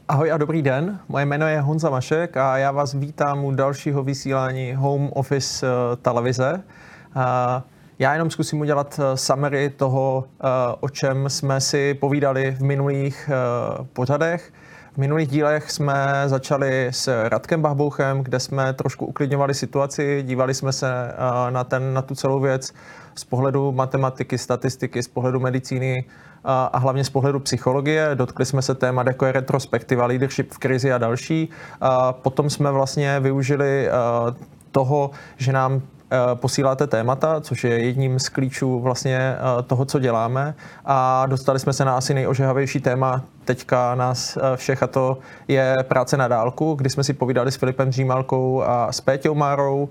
Ahoj a dobrý den, moje jméno je Honza Mašek a já vás vítám u dalšího vysílání Home Office televize. Já jenom zkusím udělat summary toho, o čem jsme si povídali v minulých pořadech. V minulých dílech jsme začali s Radkem Bachbouchem, kde jsme trošku uklidňovali situaci, dívali jsme se na tu celou věc z pohledu matematiky, statistiky, z pohledu medicíny a hlavně z pohledu psychologie. Dotkli jsme se témat, jako je retrospektiva, leadership v krizi a další. Potom jsme vlastně využili toho, že nám posíláte témata, což je jedním z klíčů vlastně toho, co děláme, a dostali jsme se na asi nejožehavější téma teďka nás všech, a to je práce na dálku, kdy jsme si povídali s Filipem Dřímálkou a s Péťou Márou.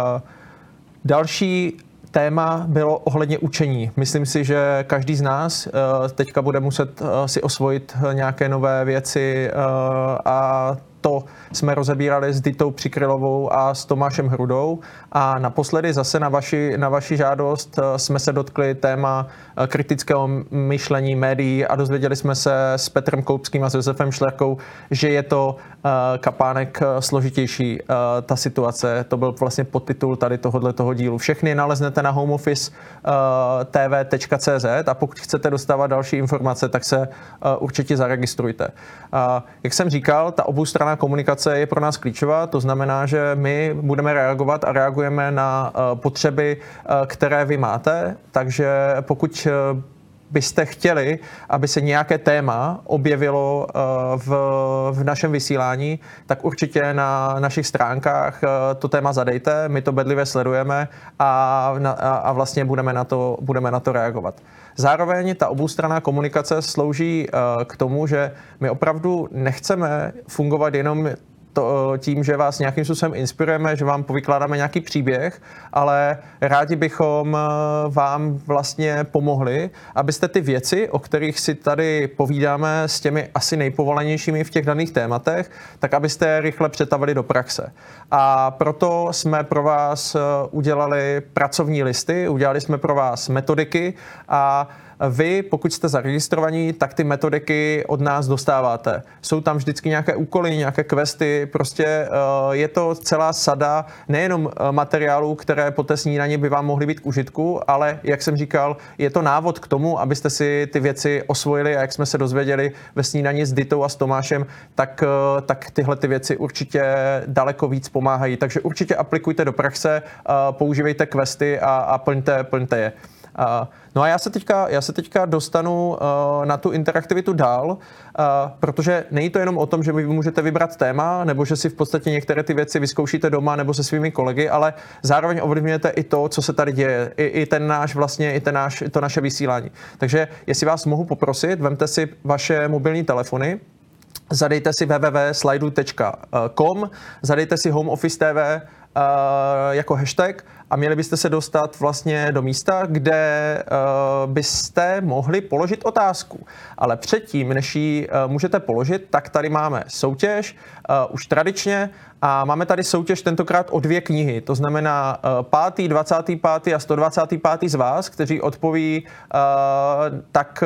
Další téma bylo ohledně učení. Myslím si, že každý z nás teďka bude muset si osvojit nějaké nové věci a to jsme rozebírali s Ditou Přikrylovou a s Tomášem Hrudou. A naposledy zase na vaši žádost jsme se dotkli téma kritického myšlení médií a dozvěděli jsme se s Petrem Koupským a s Josefem Šlerkou, že je to kapánek složitější ta situace. To byl vlastně podtitul tady tohoto dílu. Všechny naleznete na homeoffice.tv.cz a pokud chcete dostávat další informace, tak se určitě zaregistrujte. Jak jsem říkal, ta oboustranná komunikace je pro nás klíčová, to znamená, že my budeme reagovat a reagujeme na potřeby, které vy máte, takže pokud byste chtěli, aby se nějaké téma objevilo v našem vysílání, tak určitě na našich stránkách to téma zadejte, my to bedlivě sledujeme a vlastně budeme na to reagovat. Zároveň ta oboustranná komunikace slouží k tomu, že my opravdu nechceme fungovat jenom tím, že vás nějakým způsobem inspirujeme, že vám povykládáme nějaký příběh, ale rádi bychom vám vlastně pomohli, abyste ty věci, o kterých si tady povídáme s těmi asi nejpovolenějšími v těch daných tématech, tak abyste je rychle přetavili do praxe. A proto jsme pro vás udělali pracovní listy, udělali jsme pro vás metodiky a vy, pokud jste zaregistrovaní, tak ty metodiky od nás dostáváte. Jsou tam vždycky nějaké úkoly, nějaké questy, prostě je to celá sada nejenom materiálů, které po té snídani by vám mohly být k užitku, ale, jak jsem říkal, je to návod k tomu, abyste si ty věci osvojili, a jak jsme se dozvěděli ve snídani s Ditou a s Tomášem, tak tyhle ty věci určitě daleko víc pomáhají. Takže určitě aplikujte do praxe, používejte questy a plňte je. No a já se teďka dostanu na tu interaktivitu dál, protože není to jenom o tom, že vy můžete vybrat téma, nebo že si v podstatě některé ty věci vyzkoušíte doma nebo se svými kolegy, ale zároveň ovlivňujete i to, co se tady děje, i to naše vysílání. Takže jestli vás mohu poprosit, vemte si vaše mobilní telefony, zadejte si www.slido.com, zadejte si Home Office TV jako hashtag a měli byste se dostat vlastně do místa, kde byste mohli položit otázku. Ale předtím, než ji můžete položit, tak tady máme soutěž, už tradičně, a máme tady soutěž tentokrát o 2 knihy. To znamená 5., 25. a 125. z vás, kteří odpoví, tak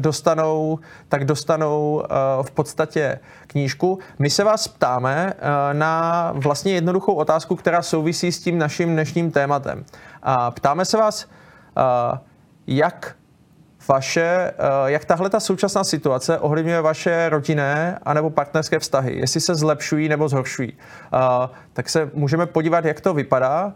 dostanou v podstatě knížku. My se vás ptáme na vlastně jednoduchou otázku, která souvisí s tím naším dnešním tématem. Ptáme se vás, jak tahle ta současná situace ovlivňuje vaše rodinné anebo partnerské vztahy, jestli se zlepšují nebo zhoršují. Tak se můžeme podívat, jak to vypadá.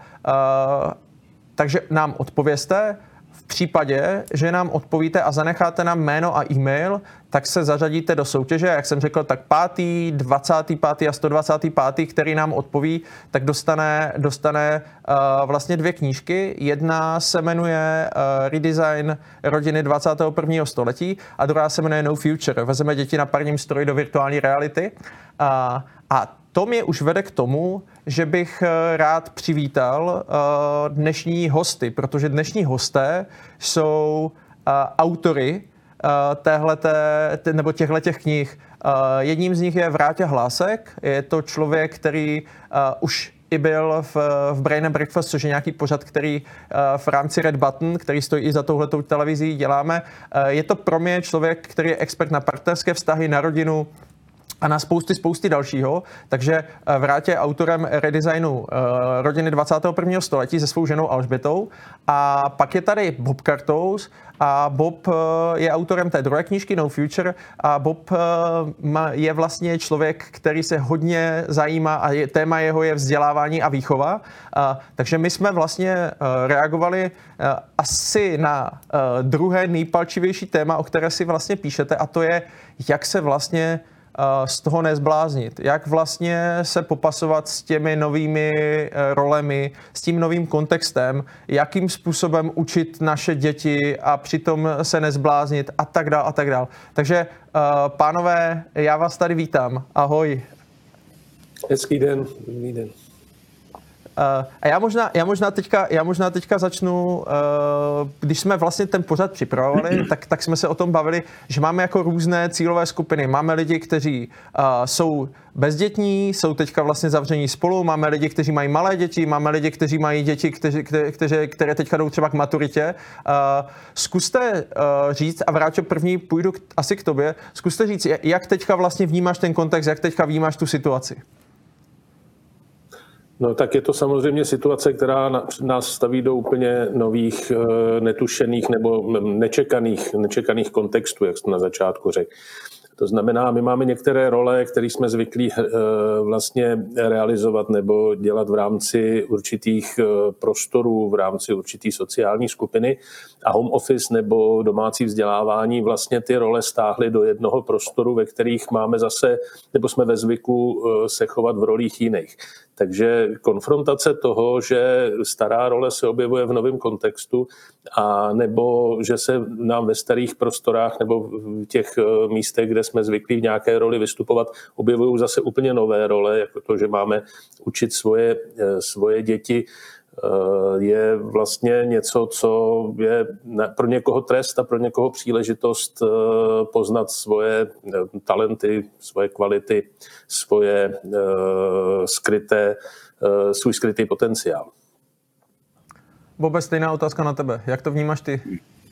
Takže nám odpovězte. V případě, že nám odpovíte a zanecháte nám jméno a e-mail, tak se zařadíte do soutěže. Jak jsem řekl, tak 5., 25. a 125., který nám odpoví, tak dostane vlastně 2 knížky. Jedna se jmenuje Redesign rodiny 21. století a druhá se jmenuje No Future. Vezmeme děti na parním stroji do virtuální reality. A to mě už vede k tomu, že bych rád přivítal dnešní hosty, protože dnešní hosté jsou autory těchto knih. Jedním z nich je Vráťa Hlásek, je to člověk, který už i byl v Brain and Breakfast, což je nějaký pořad, který v rámci Red Button, který stojí i za touhletou televizí, děláme. Je to pro mě člověk, který je expert na partnerské vztahy, na rodinu, a na spousty dalšího. Takže Vrátě je autorem redesignu rodiny 21. století se svou ženou Alžbětou. A pak je tady Bob Kartous a Bob je autorem té druhé knížky No Future a Bob je vlastně člověk, který se hodně zajímá a téma jeho je vzdělávání a výchova. Takže my jsme vlastně reagovali asi na druhé nejpalčivější téma, o které si vlastně píšete, a to je, jak se vlastně z toho nezbláznit. Jak vlastně se popasovat s těmi novými rolemi, s tím novým kontextem, jakým způsobem učit naše děti a přitom se nezbláznit a tak dál a tak dál. Takže pánové, já vás tady vítám. Ahoj. Hezký den. Dobrý den. A já možná teďka začnu, když jsme vlastně ten pořad připravovali, tak jsme se o tom bavili, že máme jako různé cílové skupiny. Máme lidi, kteří jsou bezdětní, jsou teďka vlastně zavření spolu, máme lidi, kteří mají malé děti, máme lidi, kteří mají děti, které teďka jdou třeba k maturitě. Zkuste říct, a Vráťo, první půjdu asi k tobě, zkuste říct, jak teďka vlastně vnímáš ten kontext, jak teďka vnímáš tu situaci. No tak je to samozřejmě situace, která nás staví do úplně nových, netušených nebo nečekaných kontextů, jak jste na začátku řekl. To znamená, my máme některé role, které jsme zvyklí vlastně realizovat nebo dělat v rámci určitých prostorů, v rámci určitý sociální skupiny a home office nebo domácí vzdělávání vlastně ty role stáhly do jednoho prostoru, ve kterých máme zase, nebo jsme ve zvyku se chovat v rolích jiných. Takže konfrontace toho, že stará role se objevuje v novém kontextu a nebo že se nám ve starých prostorách nebo v těch místech, kde jsme zvyklí v nějaké roli vystupovat, objevují zase úplně nové role, jako to, že máme učit svoje děti, je vlastně něco, co je pro někoho trest a pro někoho příležitost poznat svoje talenty, svoje kvality, svůj skrytý potenciál. Bobe, stejná otázka na tebe. Jak to vnímáš ty?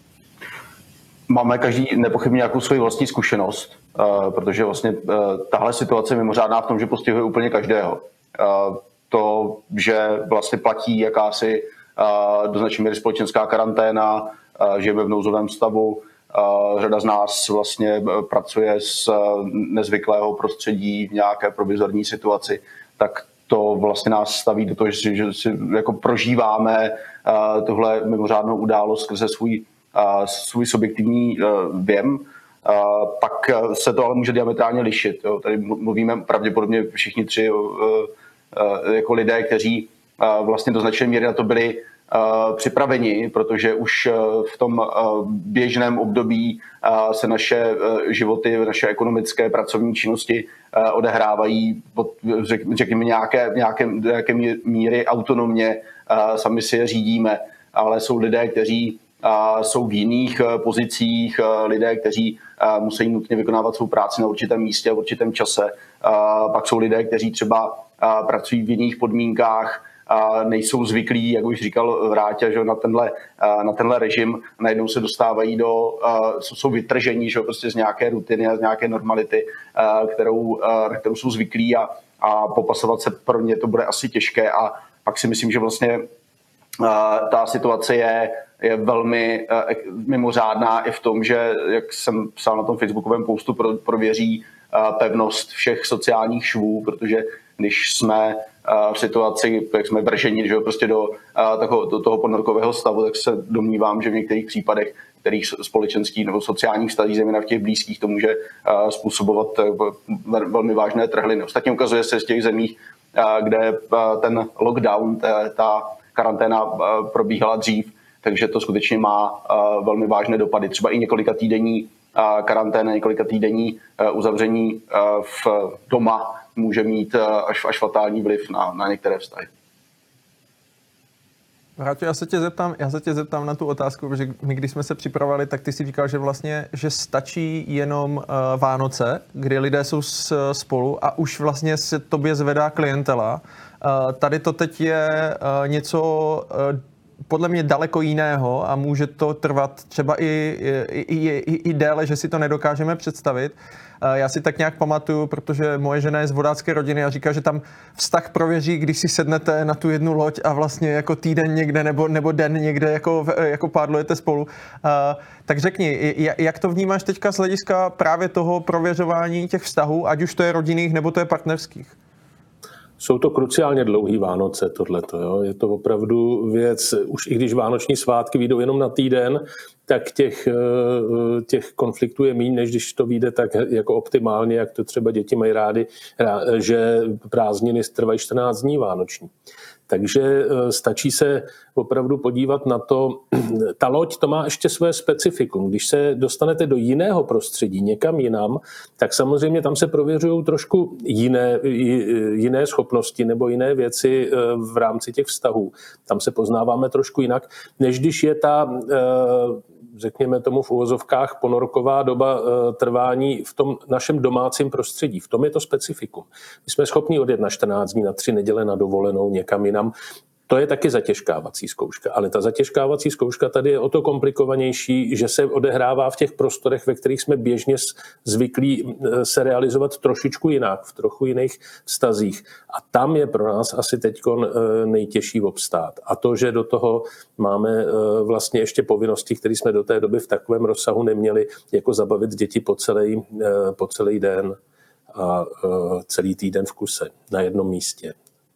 Máme každý nepochybně nějakou svoji vlastní zkušenost, protože vlastně tahle situace je mimořádná v tom, že postihuje úplně každého. To, že vlastně platí jakási do značné míry společenská karanténa, žijeme v nouzovém stavu, řada z nás vlastně pracuje z nezvyklého prostředí v nějaké provizorní situaci, tak to vlastně nás staví do toho, že si jako prožíváme tuhle mimořádnou událost skrze svůj subjektivní věm. Pak se to ale může diametrálně lišit. Jo. Tady mluvíme pravděpodobně všichni tři jako lidé, kteří vlastně do značné míry na to byli připraveni, protože už v tom běžném období se naše životy, naše ekonomické pracovní činnosti odehrávají řekněme nějaké míry autonomně, sami si je řídíme, ale jsou lidé, kteří jsou v jiných pozicích, lidé, kteří musí nutně vykonávat svou práci na určitém místě a v určitém čase. Pak jsou lidé, kteří třeba pracují v jiných podmínkách, nejsou zvyklí, jak už říkal Vráťa, že na tenhle režim, najednou se dostávají jsou vytržení, že prostě z nějaké rutiny a z nějaké normality, na kterou jsou zvyklí a popasovat se pro ně to bude asi těžké. A pak si myslím, že vlastně ta situace je velmi mimořádná i v tom, že, jak jsem psal na tom facebookovém postu, prověří pevnost všech sociálních švů, protože když jsme v situaci, jak jsme vrženi, že prostě do toho ponorkového stavu, tak se domnívám, že v některých případech, kterých společenských nebo sociálních vztazích, zejména v těch blízkých, to může způsobovat velmi vážné trhliny. Ostatně ukazuje se z těch zemí, kde ten lockdown, ta karanténa probíhala dřív, takže to skutečně má velmi vážné dopady. Třeba i několika týdenní karanténa, několika týdenní uzavření v doma může mít až fatální vliv na některé vztahy. Vráťo, já se tě zeptám na tu otázku, protože my, když jsme se připravovali, tak ty si říkal, že vlastně, že stačí jenom Vánoce, kdy lidé jsou spolu a už vlastně se tobě zvedá klientela. Tady to teď je něco podle mě daleko jiného a může to trvat třeba i déle, že si to nedokážeme představit. Já si tak nějak pamatuju, protože moje žena je z vodácké rodiny a říká, že tam vztah prověří, když si sednete na tu jednu loď a vlastně jako týden někde nebo den někde jako pádlujete spolu. Tak řekni, jak to vnímáš teďka z hlediska právě toho prověřování těch vztahů, ať už to je rodinných nebo to je partnerských? Jsou to kruciálně dlouhý Vánoce tohleto. Jo? Je to opravdu věc, už i když vánoční svátky vyjdou jenom na týden, tak těch konfliktů je méně, než když to vyjde tak jako optimálně, jak to třeba děti mají rádi, že prázdniny trvají 14 dní vánoční. Takže stačí se opravdu podívat na to. Ta loď to má ještě své specifikum. Když se dostanete do jiného prostředí, někam jinam, tak samozřejmě tam se prověřují trošku jiné schopnosti nebo jiné věci v rámci těch vztahů. Tam se poznáváme trošku jinak, než když je ta, řekněme tomu v uvozovkách, ponorková doba trvání v tom našem domácím prostředí. V tom je to specifikum. My jsme schopni odjet na 14 dní, na 3 neděle na dovolenou někam jinam. To je taky zatěžkávací zkouška, ale ta zatěžkávací zkouška tady je o to komplikovanější, že se odehrává v těch prostorech, ve kterých jsme běžně zvyklí se realizovat trošičku jinak, v trochu jiných vztazích. A tam je pro nás asi teďkon nejtěžší obstát. A to, že do toho máme vlastně ještě povinnosti, které jsme do té doby v takovém rozsahu neměli, jako zabavit děti po celý den a celý týden v kuse na jednom místě.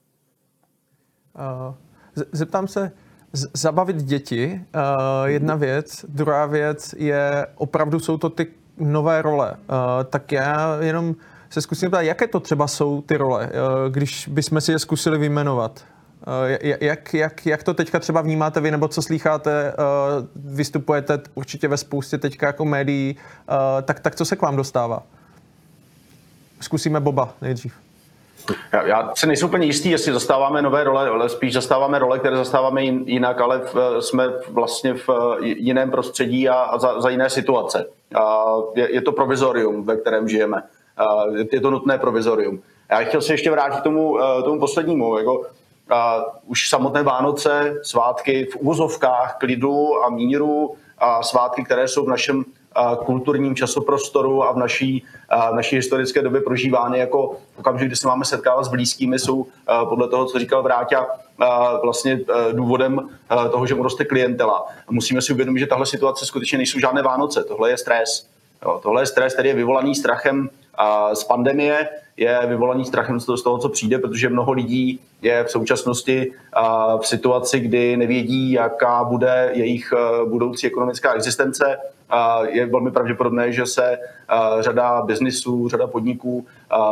Zeptám se, zabavit děti, jedna věc, druhá věc je, opravdu jsou to ty nové role. Tak já jenom se zkusím ptát, jaké to třeba jsou ty role, když bychom si je zkusili vyjmenovat. Jak to teďka třeba vnímáte vy, nebo co slýcháte, vystupujete určitě ve spoustě teďka jako médií, tak co se k vám dostává? Zkusíme Boba nejdřív. Já si nejsem úplně jistý, jestli zastáváme nové role, ale spíš zastáváme role, které zastáváme jinak, ale jsme vlastně v jiném prostředí a za jiné situace. Je to provizorium, ve kterém žijeme. Je to nutné provizorium. Já chtěl se ještě vrátit k tomu poslednímu. Už samotné Vánoce, svátky v uvozovkách klidu a míru a svátky, které jsou v našem kulturním časoprostoru a v naší historické době prožívány jako okamžik, kdy se máme setkávat s blízkými, jsou podle toho, co říkal Vráťa, vlastně důvodem toho, že mu roste klientela. Musíme si uvědomit, že tahle situace skutečně nejsou žádné Vánoce. Tohle je stres. Tohle je stres, který je vyvolaný strachem z pandemie, je vyvolaný strachem z toho, co přijde, protože mnoho lidí je v současnosti v situaci, kdy nevědí, jaká bude jejich budoucí ekonomická existence. Je velmi pravděpodobné, že se řada biznisů, řada podniků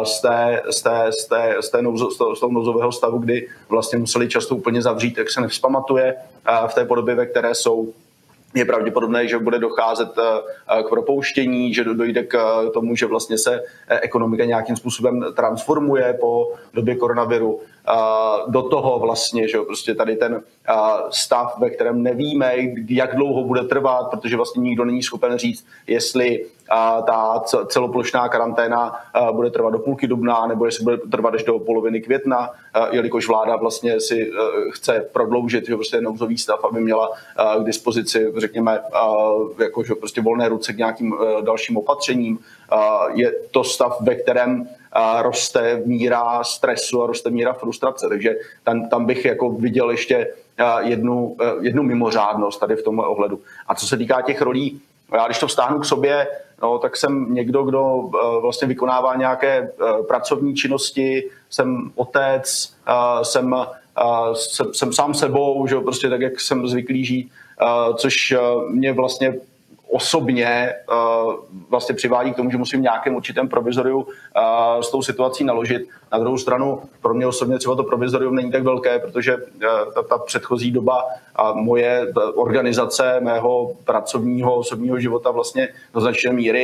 z toho nouzového stavu, kdy vlastně museli často úplně zavřít, tak se nevzpamatuje v té podobě, ve které jsou. Je pravděpodobné, že bude docházet k propouštění, že dojde k tomu, že vlastně se ekonomika nějakým způsobem transformuje po době koronaviru. Do toho vlastně, že prostě tady ten stav, ve kterém nevíme, jak dlouho bude trvat, protože vlastně nikdo není schopen říct, jestli ta celoplošná karanténa bude trvat do půlky dubna, nebo jestli bude trvat až do poloviny května, jelikož vláda vlastně si chce prodloužit, že prostě nouzový stav, aby měla k dispozici, řekněme, jakože prostě volné ruce k nějakým dalším opatřením. Je to stav, ve kterém roste míra stresu a roste míra frustrace, takže tam bych jako viděl ještě jednu mimořádnost tady v tomhle ohledu. A co se týká těch rolí, já když to vztáhnu k sobě, no, tak jsem někdo, kdo vlastně vykonává nějaké pracovní činnosti, jsem otec, jsem sám sebou, že prostě tak, jak jsem zvyklý žít, což mě vlastně osobně vlastně přivádí k tomu, že musím v nějakém určitém provizoriu s tou situací naložit. Na druhou stranu pro mě osobně třeba to provizorium není tak velké, protože ta předchozí doba a moje organizace mého pracovního osobního života vlastně do značné míry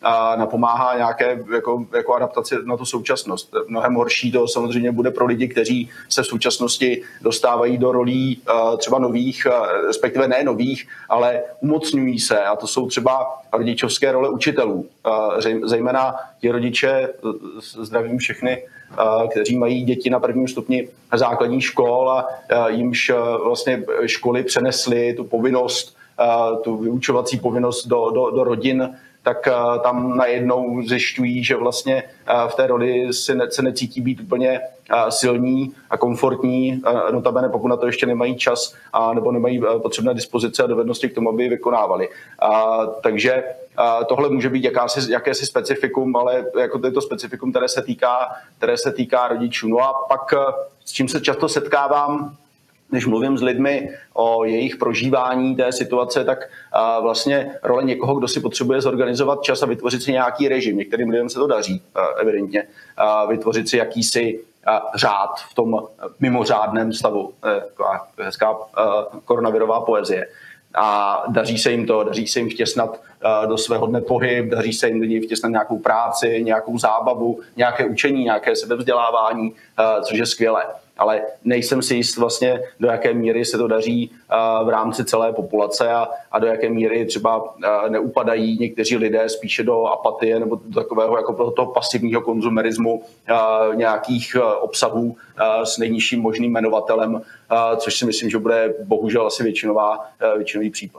napomáhá nějaké jako adaptaci na tu současnost. Mnohem horší to samozřejmě bude pro lidi, kteří se v současnosti dostávají do rolí třeba nových, respektive ne nových, ale umocňují se, a to jsou třeba rodičovské role učitelů. Zejména ti rodiče, zdravím všechny, kteří mají děti na prvním stupni základních škol a jimž vlastně školy přenesly tu povinnost, tu vyučovací povinnost do rodin, tak tam najednou zjišťují, že vlastně v té roli se necítí být úplně silní a komfortní, notabene pokud na to ještě nemají čas a nebo nemají potřebné dispozice a dovednosti k tomu, aby ji vykonávali. Takže tohle může být jakési specifikum, ale jako je to specifikum, které se týká rodičů. No a pak, s čím se často setkávám, když mluvím s lidmi o jejich prožívání té situace, tak vlastně role někoho, kdo si potřebuje zorganizovat čas a vytvořit si nějaký režim. Některým lidem se to daří, evidentně, vytvořit si jakýsi řád v tom mimořádném stavu. Taková hezká koronavirová poezie. A daří se jim vtěsnat do svého dne pohyb, daří se jim do něj vtěsnat nějakou práci, nějakou zábavu, nějaké učení, nějaké sebevzdělávání, což je skvělé. Ale nejsem si jist vlastně, do jaké míry se to daří v rámci celé populace a do jaké míry třeba neupadají někteří lidé spíše do apatie nebo do takového jako toho pasivního konzumerismu nějakých obsahů s nejnižším možným jmenovatelem, což si myslím, že bude bohužel asi většinový případ.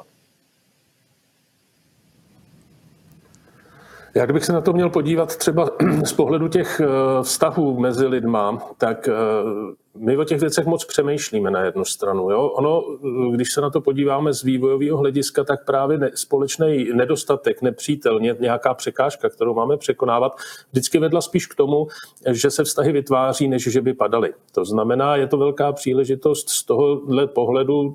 Já kdybych se na to měl podívat třeba z pohledu těch vztahů mezi lidma, tak my o těch věcech moc přemýšlíme na jednu stranu. Jo? Ono, když se na to podíváme z vývojového hlediska, tak právě společný nedostatek, nepřítel, nějaká překážka, kterou máme překonávat, vždycky vedla spíš k tomu, že se vztahy vytváří, než že by padaly. To znamená, je to velká příležitost z tohohle pohledu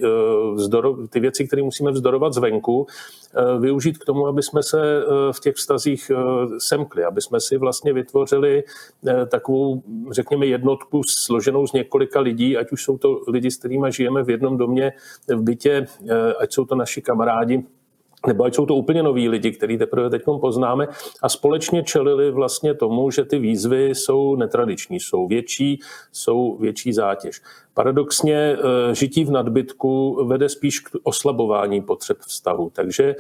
ty věci, které musíme vzdorovat zvenku, využít k tomu, aby jsme se v těch vztazích semkli, aby jsme si vlastně vytvořili takovou, řekněme, jednotku složenou z několika lidí, ať už jsou to lidi, s kterými žijeme v jednom domě, v bytě, ať jsou to naši kamarádi, nebo ať jsou to úplně noví lidi, který teprve teď poznáme, a společně čelili vlastně tomu, že ty výzvy jsou netradiční, jsou větší zátěž. Paradoxně žití v nadbytku vede spíš k oslabování potřeb vztahu. Takže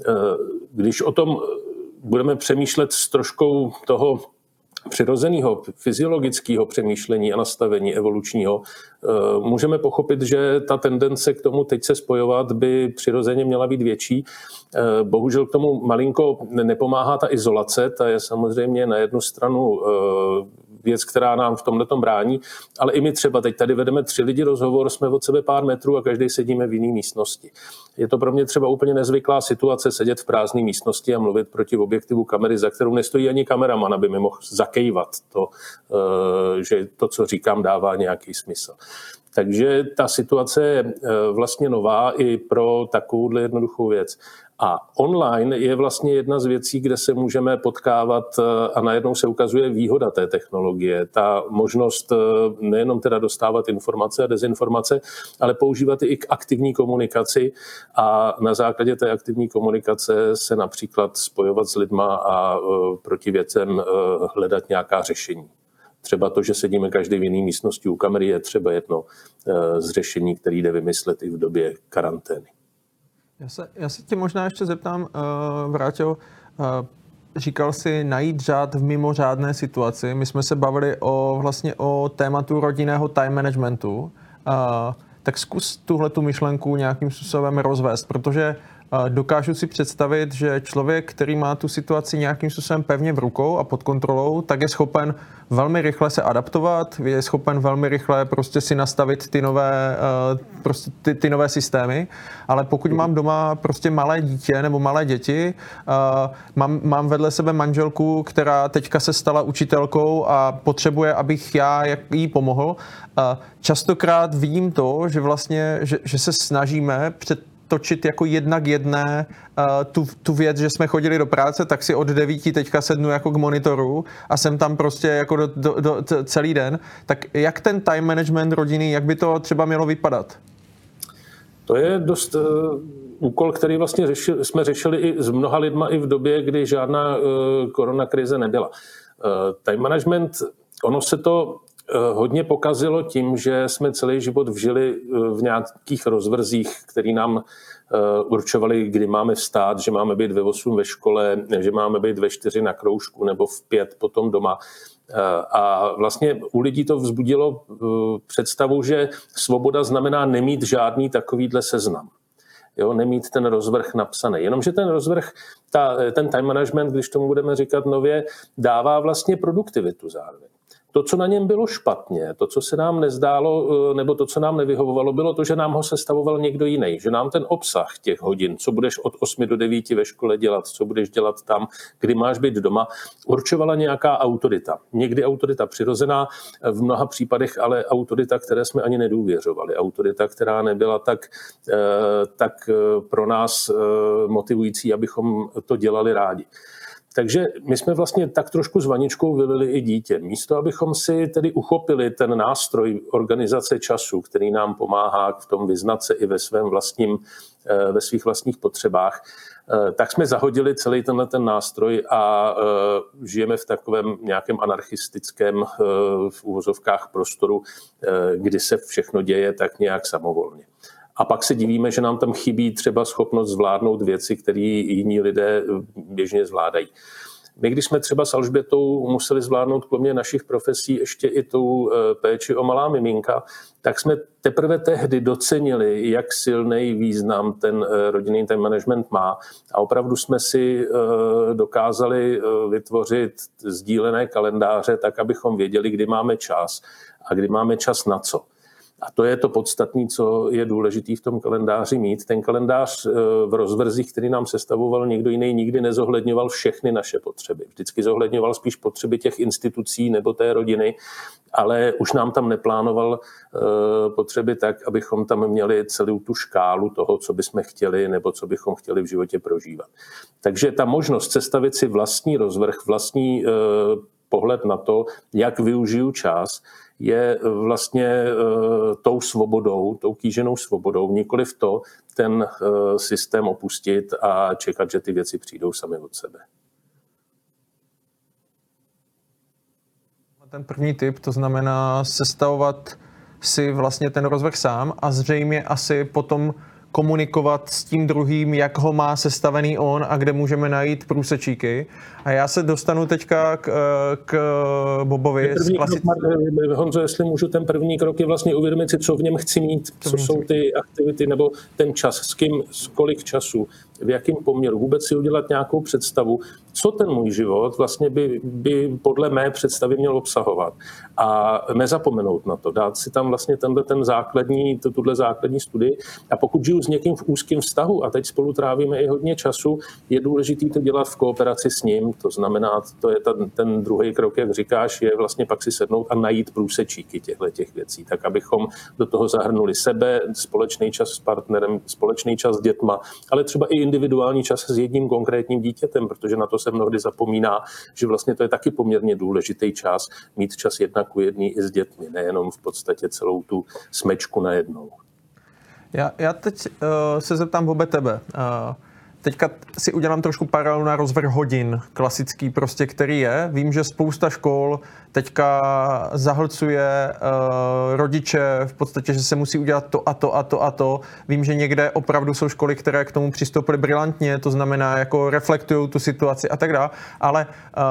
když o tom budeme přemýšlet s troškou toho přirozeného fyziologického přemýšlení a nastavení evolučního, můžeme pochopit, že ta tendence k tomu teď se spojovat by přirozeně měla být větší. Bohužel k tomu malinko nepomáhá ta izolace, ta je samozřejmě na jednu stranu věc, která nám v tomhletom brání, ale i my třeba teď tady vedeme 3 lidi rozhovor, jsme od sebe pár metrů a každý sedíme v jiné místnosti. Je to pro mě třeba úplně nezvyklá situace sedět v prázdné místnosti a mluvit proti objektivu kamery, za kterou nestojí ani kameraman, aby mi mohl zakejvat to, že to, co říkám, dává nějaký smysl. Takže ta situace je vlastně nová i pro takovouhle jednoduchou věc. A online je vlastně jedna z věcí, kde se můžeme potkávat a najednou se ukazuje výhoda té technologie. Ta možnost nejenom teda dostávat informace a dezinformace, ale používat i k aktivní komunikaci a na základě té aktivní komunikace se například spojovat s lidma a proti věcem hledat nějaká řešení. Třeba to, že sedíme každý v jiné místnosti u kamery, je třeba jedno z řešení, které jde vymyslet i v době karantény. Já se tě možná ještě zeptám, Vráťo, říkal jsi najít řád v mimořádné situaci. My jsme se bavili vlastně o tématu rodinného time managementu. Tak zkus tuhletu myšlenku nějakým způsobem rozvést, protože dokážu si představit, že člověk, který má tu situaci nějakým způsobem pevně v rukou a pod kontrolou, tak je schopen velmi rychle se adaptovat, je schopen velmi rychle prostě si nastavit ty nové systémy, ale pokud mám doma prostě malé dítě nebo malé děti, mám vedle sebe manželku, která teďka se stala učitelkou a potřebuje, abych já jí pomohl. Častokrát vidím to, že vlastně, že se snažíme točit jako jedna k jedné tu věc, že jsme chodili do práce, tak si od 9 teďka sednu jako k monitoru a jsem tam prostě jako celý den. Tak jak ten time management rodiny, jak by to třeba mělo vypadat? To je dost úkol, který vlastně jsme řešili i s mnoha lidma i v době, kdy žádná koronakrize nebyla. Time management, ono se to hodně pokazilo tím, že jsme celý život vžili v nějakých rozvrzích, který nám určovali, kdy máme vstát, že máme být ve 8 ve škole, že máme být ve 4 na kroužku nebo v 5 potom doma. A vlastně u lidí to vzbudilo představu, že svoboda znamená nemít žádný takovýhle seznam. Jo, nemít ten rozvrh napsaný. Jenomže ten rozvrh, ten time management, když tomu budeme říkat nově, dává vlastně produktivitu zároveň. To, co na něm bylo špatně, to, co se nám nezdálo, nebo to, co nám nevyhovovalo, bylo to, že nám ho sestavoval někdo jiný, že nám ten obsah těch hodin, co budeš od 8 do 9 ve škole dělat, co budeš dělat tam, kdy máš být doma, určovala nějaká autorita. Někdy autorita přirozená, v mnoha případech ale autorita, které jsme ani nedůvěřovali. Autorita, která nebyla tak pro nás motivující, abychom to dělali rádi. Takže my jsme vlastně tak trošku s vaničkou vylili i dítě. Místo, abychom si tedy uchopili ten nástroj organizace času, který nám pomáhá v tom vyznat se i ve svých vlastních potřebách, tak jsme zahodili celý ten nástroj a žijeme v takovém nějakém anarchistickém v uvozovkách prostoru, kdy se všechno děje tak nějak samovolně. A pak se divíme, že nám tam chybí třeba schopnost zvládnout věci, které jiní lidé běžně zvládají. My, když jsme třeba s Alžbětou museli zvládnout kromě našich profesí ještě i tu péči o malá miminka, tak jsme teprve tehdy docenili, jak silný význam ten rodinný time management má. A opravdu jsme si dokázali vytvořit sdílené kalendáře tak, abychom věděli, kdy máme čas a kdy máme čas na co. A to je to podstatné, co je důležité v tom kalendáři mít. Ten kalendář v rozvrzích, který nám sestavoval někdo jiný, nikdy nezohledňoval všechny naše potřeby. Vždycky zohledňoval spíš potřeby těch institucí nebo té rodiny, ale už nám tam neplánoval potřeby tak, abychom tam měli celou tu škálu toho, co bychom chtěli nebo co bychom chtěli v životě prožívat. Takže ta možnost sestavit si vlastní rozvrh, vlastní pohled na to, jak využiju čas, je vlastně tou svobodou, tou kýženou svobodou, nikoliv to ten systém opustit a čekat, že ty věci přijdou sami od sebe. Ten první tip, to znamená sestavovat si vlastně ten rozvrh sám a zřejmě asi potom komunikovat s tím druhým, jak ho má sestavený on a kde můžeme najít průsečíky. A já se dostanu teďka k Bobovi. Honzo, jestli můžu, ten první krok je vlastně uvědomit si, co v něm chci mít, co jsou ty aktivity nebo ten čas, s kým, kolik času, v jakém poměru, vůbec si udělat nějakou představu, co ten můj život vlastně by podle mé představy měl obsahovat. A nezapomenout na to, dát si tam vlastně tuhle základní studii. A pokud žiju s někým v úzkém vztahu a teď spolu trávíme i hodně času, je důležité to dělat v kooperaci s ním. To znamená, to je ten druhý krok, jak říkáš, je vlastně pak si sednout a najít průsečíky těch věcí, tak abychom do toho zahrnuli sebe, společný čas s partnerem, společný čas s dětma, ale třeba i individuální čas s jedním konkrétním dítětem, protože na to se mnohdy zapomíná, že vlastně to je taky poměrně důležitý čas, mít čas 1:1 i s dětmi, nejenom v podstatě celou tu smečku najednou. Já teď se zeptám Bobe tebe. Teďka si udělám trošku paralelu na rozvrh hodin, klasický prostě, který je. Vím, že spousta škol teďka zahlcuje rodiče v podstatě, že se musí udělat to a to a to a to. Vím, že někde opravdu jsou školy, které k tomu přistoupily brilantně, to znamená, jako reflektují tu situaci a tak dále. Ale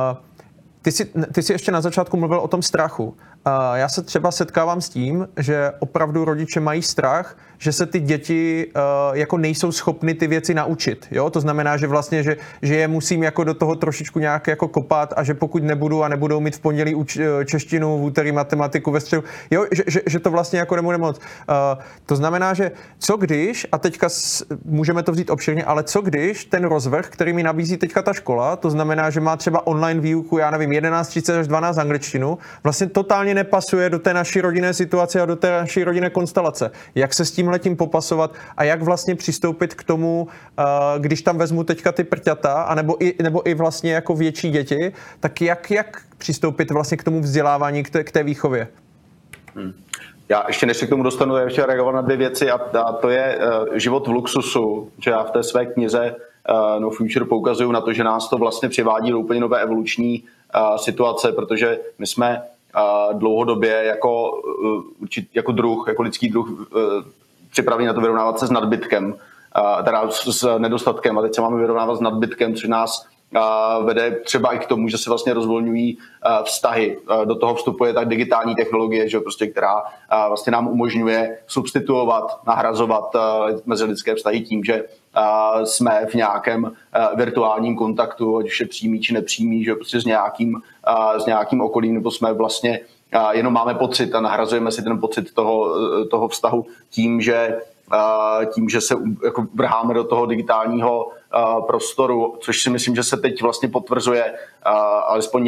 ty jsi ještě na začátku mluvil o tom strachu. Já se třeba setkávám s tím, že opravdu rodiče mají strach, že se ty děti jako nejsou schopny ty věci naučit. Jo? To znamená, že vlastně, že je musím jako do toho trošičku nějak jako kopat a že pokud nebudu a nebudou mít v pondělí češtinu, v úterý matematiku, ve středu, jo? Že to vlastně jako nebude moc. To znamená, že co když, a teďka můžeme to vzít obširně, ale co když ten rozvrh, který mi nabízí teďka ta škola, to znamená, že má třeba online výuku, já nevím, 11:30 až 12 angličtinu, vlastně totálně nepasuje do té naší rodinné situace a do té naší rodinné konstelace. Jak se s tímhletím popasovat a jak vlastně přistoupit k tomu, když tam vezmu teďka ty prťata, nebo i vlastně jako větší děti, tak jak přistoupit vlastně k tomu vzdělávání, k té výchově? Já ještě než se k tomu dostanu, já ještě reagovat na 2 věci a to je život v luxusu, že já v té své knize No Future poukazuju na to, že nás to vlastně přivádí do úplně nové evoluční situace, protože my jsme dlouhodobě jako druh, jako lidský druh připraveni na to vyrovnávat se s nadbytkem, teda s nedostatkem, a teď se máme vyrovnávat s nadbytkem, což nás vede třeba i k tomu, že se vlastně rozvolňují vztahy. Do toho vstupuje ta digitální technologie, že prostě, která vlastně nám umožňuje substituovat, nahrazovat mezilidské vztahy tím, že jsme v nějakém virtuálním kontaktu, ať už je přímý či nepřímý, že prostě s nějakým okolím, nebo jsme vlastně jenom máme pocit a nahrazujeme si ten pocit toho vztahu tím, že se jako vrháme do toho digitálního prostoru, což si myslím, že se teď vlastně potvrzuje, alespoň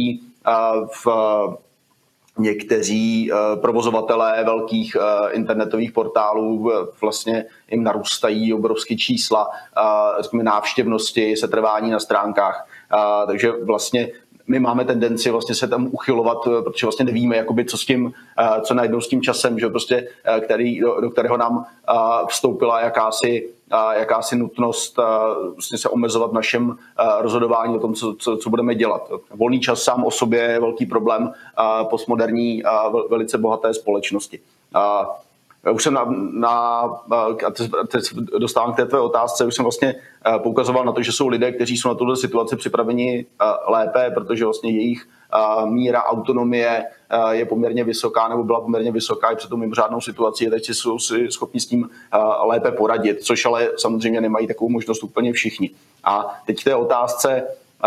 někteří provozovatelé velkých internetových portálů vlastně jim narůstají obrovské čísla návštěvnosti, setrvání na stránkách, takže vlastně my máme tendenci vlastně se tam uchylovat, protože vlastně nevíme, jakoby, co najednou s tím časem, že prostě, do kterého nám vstoupila jakási nutnost vlastně se omezovat v našem rozhodování o tom, co budeme dělat. Volný čas sám o sobě je velký problém postmoderní velice bohaté společnosti. Už jsem teď dostávám k té tvé otázce, už jsem vlastně poukazoval na to, že jsou lidé, kteří jsou na tuto situaci připraveni lépe, protože vlastně jejich míra autonomie je poměrně vysoká, nebo byla poměrně vysoká i před tou mimořádnou situací, teď jsou si schopni s tím lépe poradit, což ale samozřejmě nemají takovou možnost úplně všichni. A teď k té otázce,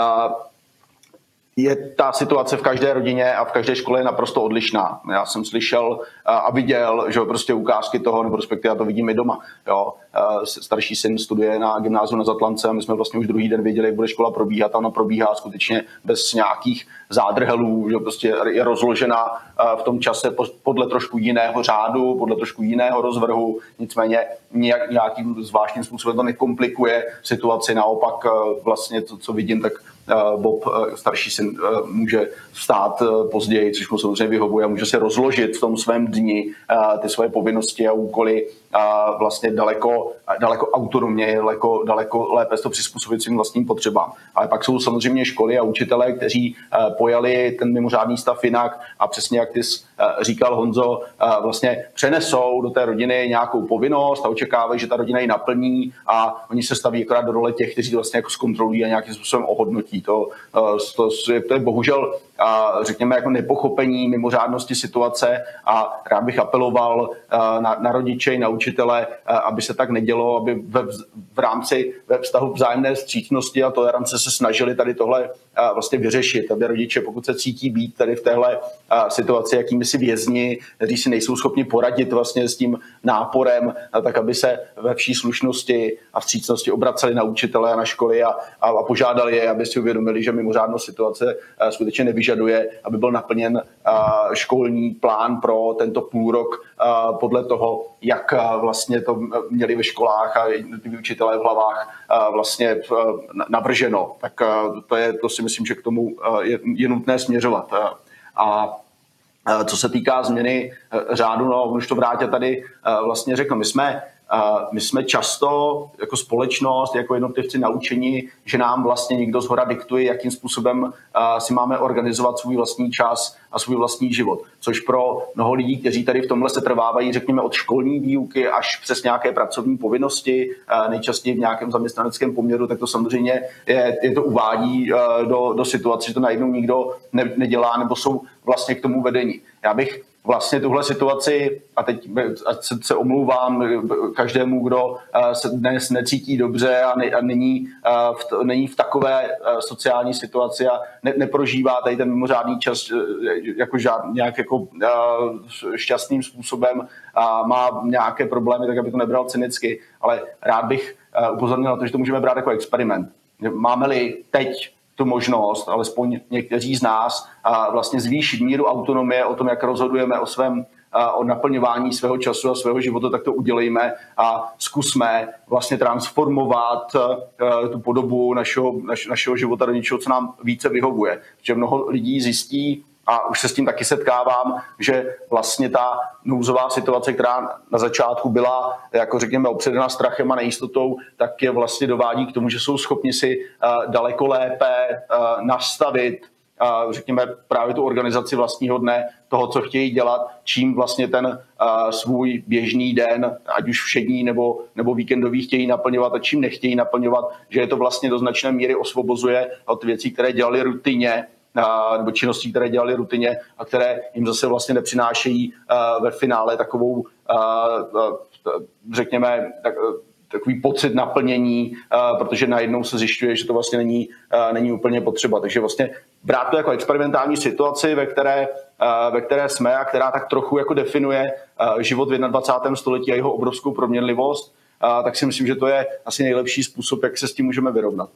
je ta situace v každé rodině a v každé škole je naprosto odlišná. Já jsem slyšel a viděl, že prostě ukázky toho, nebo respektive já to vidím i doma. Jo. Starší syn studuje na gymnáziu na Zatlance a my jsme vlastně už druhý den věděli, jak bude škola probíhat a ona probíhá skutečně bez nějakých zádrhelů, že prostě je rozložena v tom čase podle trošku jiného řádu, podle trošku jiného rozvrhu, nicméně nějakým zvláštním způsobem to nekomplikuje situaci, naopak vlastně to, co vidím, tak Bob, starší syn, může vstát později, což mu samozřejmě vyhovuje a může se rozložit v tom svém dni ty svoje povinnosti a úkoly vlastně daleko autonomně, daleko lépe to přizpůsobit svým vlastním potřebám. Ale pak jsou samozřejmě školy a učitelé, kteří pojali ten mimořádný stav jinak a přesně jak ty říkal, Honzo, vlastně přenesou do té rodiny nějakou povinnost a očekávají, že ta rodina ji naplní a oni se staví akorát do role těch, kteří vlastně jako zkontrolují a nějakým způsobem ohodnotí. To je bohužel, řekněme, jako nepochopení mimořádnosti situace a rád bych apeloval na rodiče i na učitele, aby se tak nedělo, aby ve vztahu vzájemné vstřícnosti a tolerance se snažili tady tohle vlastně vyřešit, aby rodiče, pokud se cítí být tady v téhle situaci jakými si vězni, kteří si nejsou schopni poradit vlastně s tím náporem, tak aby se ve vší slušnosti a vstřícnosti obraceli na učitele a na školy a požádali je, aby si uvědomili, že mimořádnost situace skutečně nevyžaduje, aby byl naplněn školní plán pro tento půlrok podle toho, jak vlastně to měli ve školách a jednotliví učitelé v hlavách vlastně navrženo. Tak to si myslím, že k tomu je nutné směřovat. A co se týká změny řádu, no, už to Vrátě tady vlastně řekl, my jsme často jako společnost, jako jednotlivci naučeni, že nám vlastně někdo zhora diktuje, jakým způsobem si máme organizovat svůj vlastní čas a svůj vlastní život. Což pro mnoho lidí, kteří tady v tomhle se trvávají, řekněme, od školní výuky až přes nějaké pracovní povinnosti, nejčastěji v nějakém zaměstnaneckém poměru, tak to samozřejmě je to uvádí do situace, že to najednou nikdo nedělá nebo jsou vlastně k tomu vedení. Já bych vlastně tuhle situaci, a teď se omlouvám každému, kdo se dnes necítí dobře a není v takové sociální situaci a neprožívá tady ten mimořádný čas nějak jako šťastným způsobem a má nějaké problémy, tak aby to nebral cynicky, ale rád bych upozornil na to, že to můžeme brát jako experiment. Máme-li teď tu možnost, alespoň někteří z nás, vlastně zvýšit míru autonomie o tom, jak rozhodujeme o naplňování svého času a svého života, tak to udělejme a zkusme vlastně transformovat tu podobu našeho života do něčeho, co nám více vyhovuje. Protože mnoho lidí zjistí, a už se s tím taky setkávám, že vlastně ta nouzová situace, která na začátku byla, jako řekněme, obsedena strachem a nejistotou, tak je vlastně dovádí k tomu, že jsou schopni si daleko lépe nastavit, řekněme, právě tu organizaci vlastního dne, toho, co chtějí dělat, čím vlastně ten svůj běžný den, ať už všední nebo víkendový chtějí naplňovat a čím nechtějí naplňovat, že je to vlastně do značné míry osvobozuje od věcí, které dělali rutině, nebo činností, které dělali rutině a které jim zase vlastně nepřinášejí ve finále takovou, řekněme, takový pocit naplnění, protože najednou se zjišťuje, že to vlastně není úplně potřeba. Takže vlastně brát to jako experimentální situaci, ve které jsme a která tak trochu jako definuje život v 21. století a jeho obrovskou proměnlivost, tak si myslím, že to je asi nejlepší způsob, jak se s tím můžeme vyrovnat.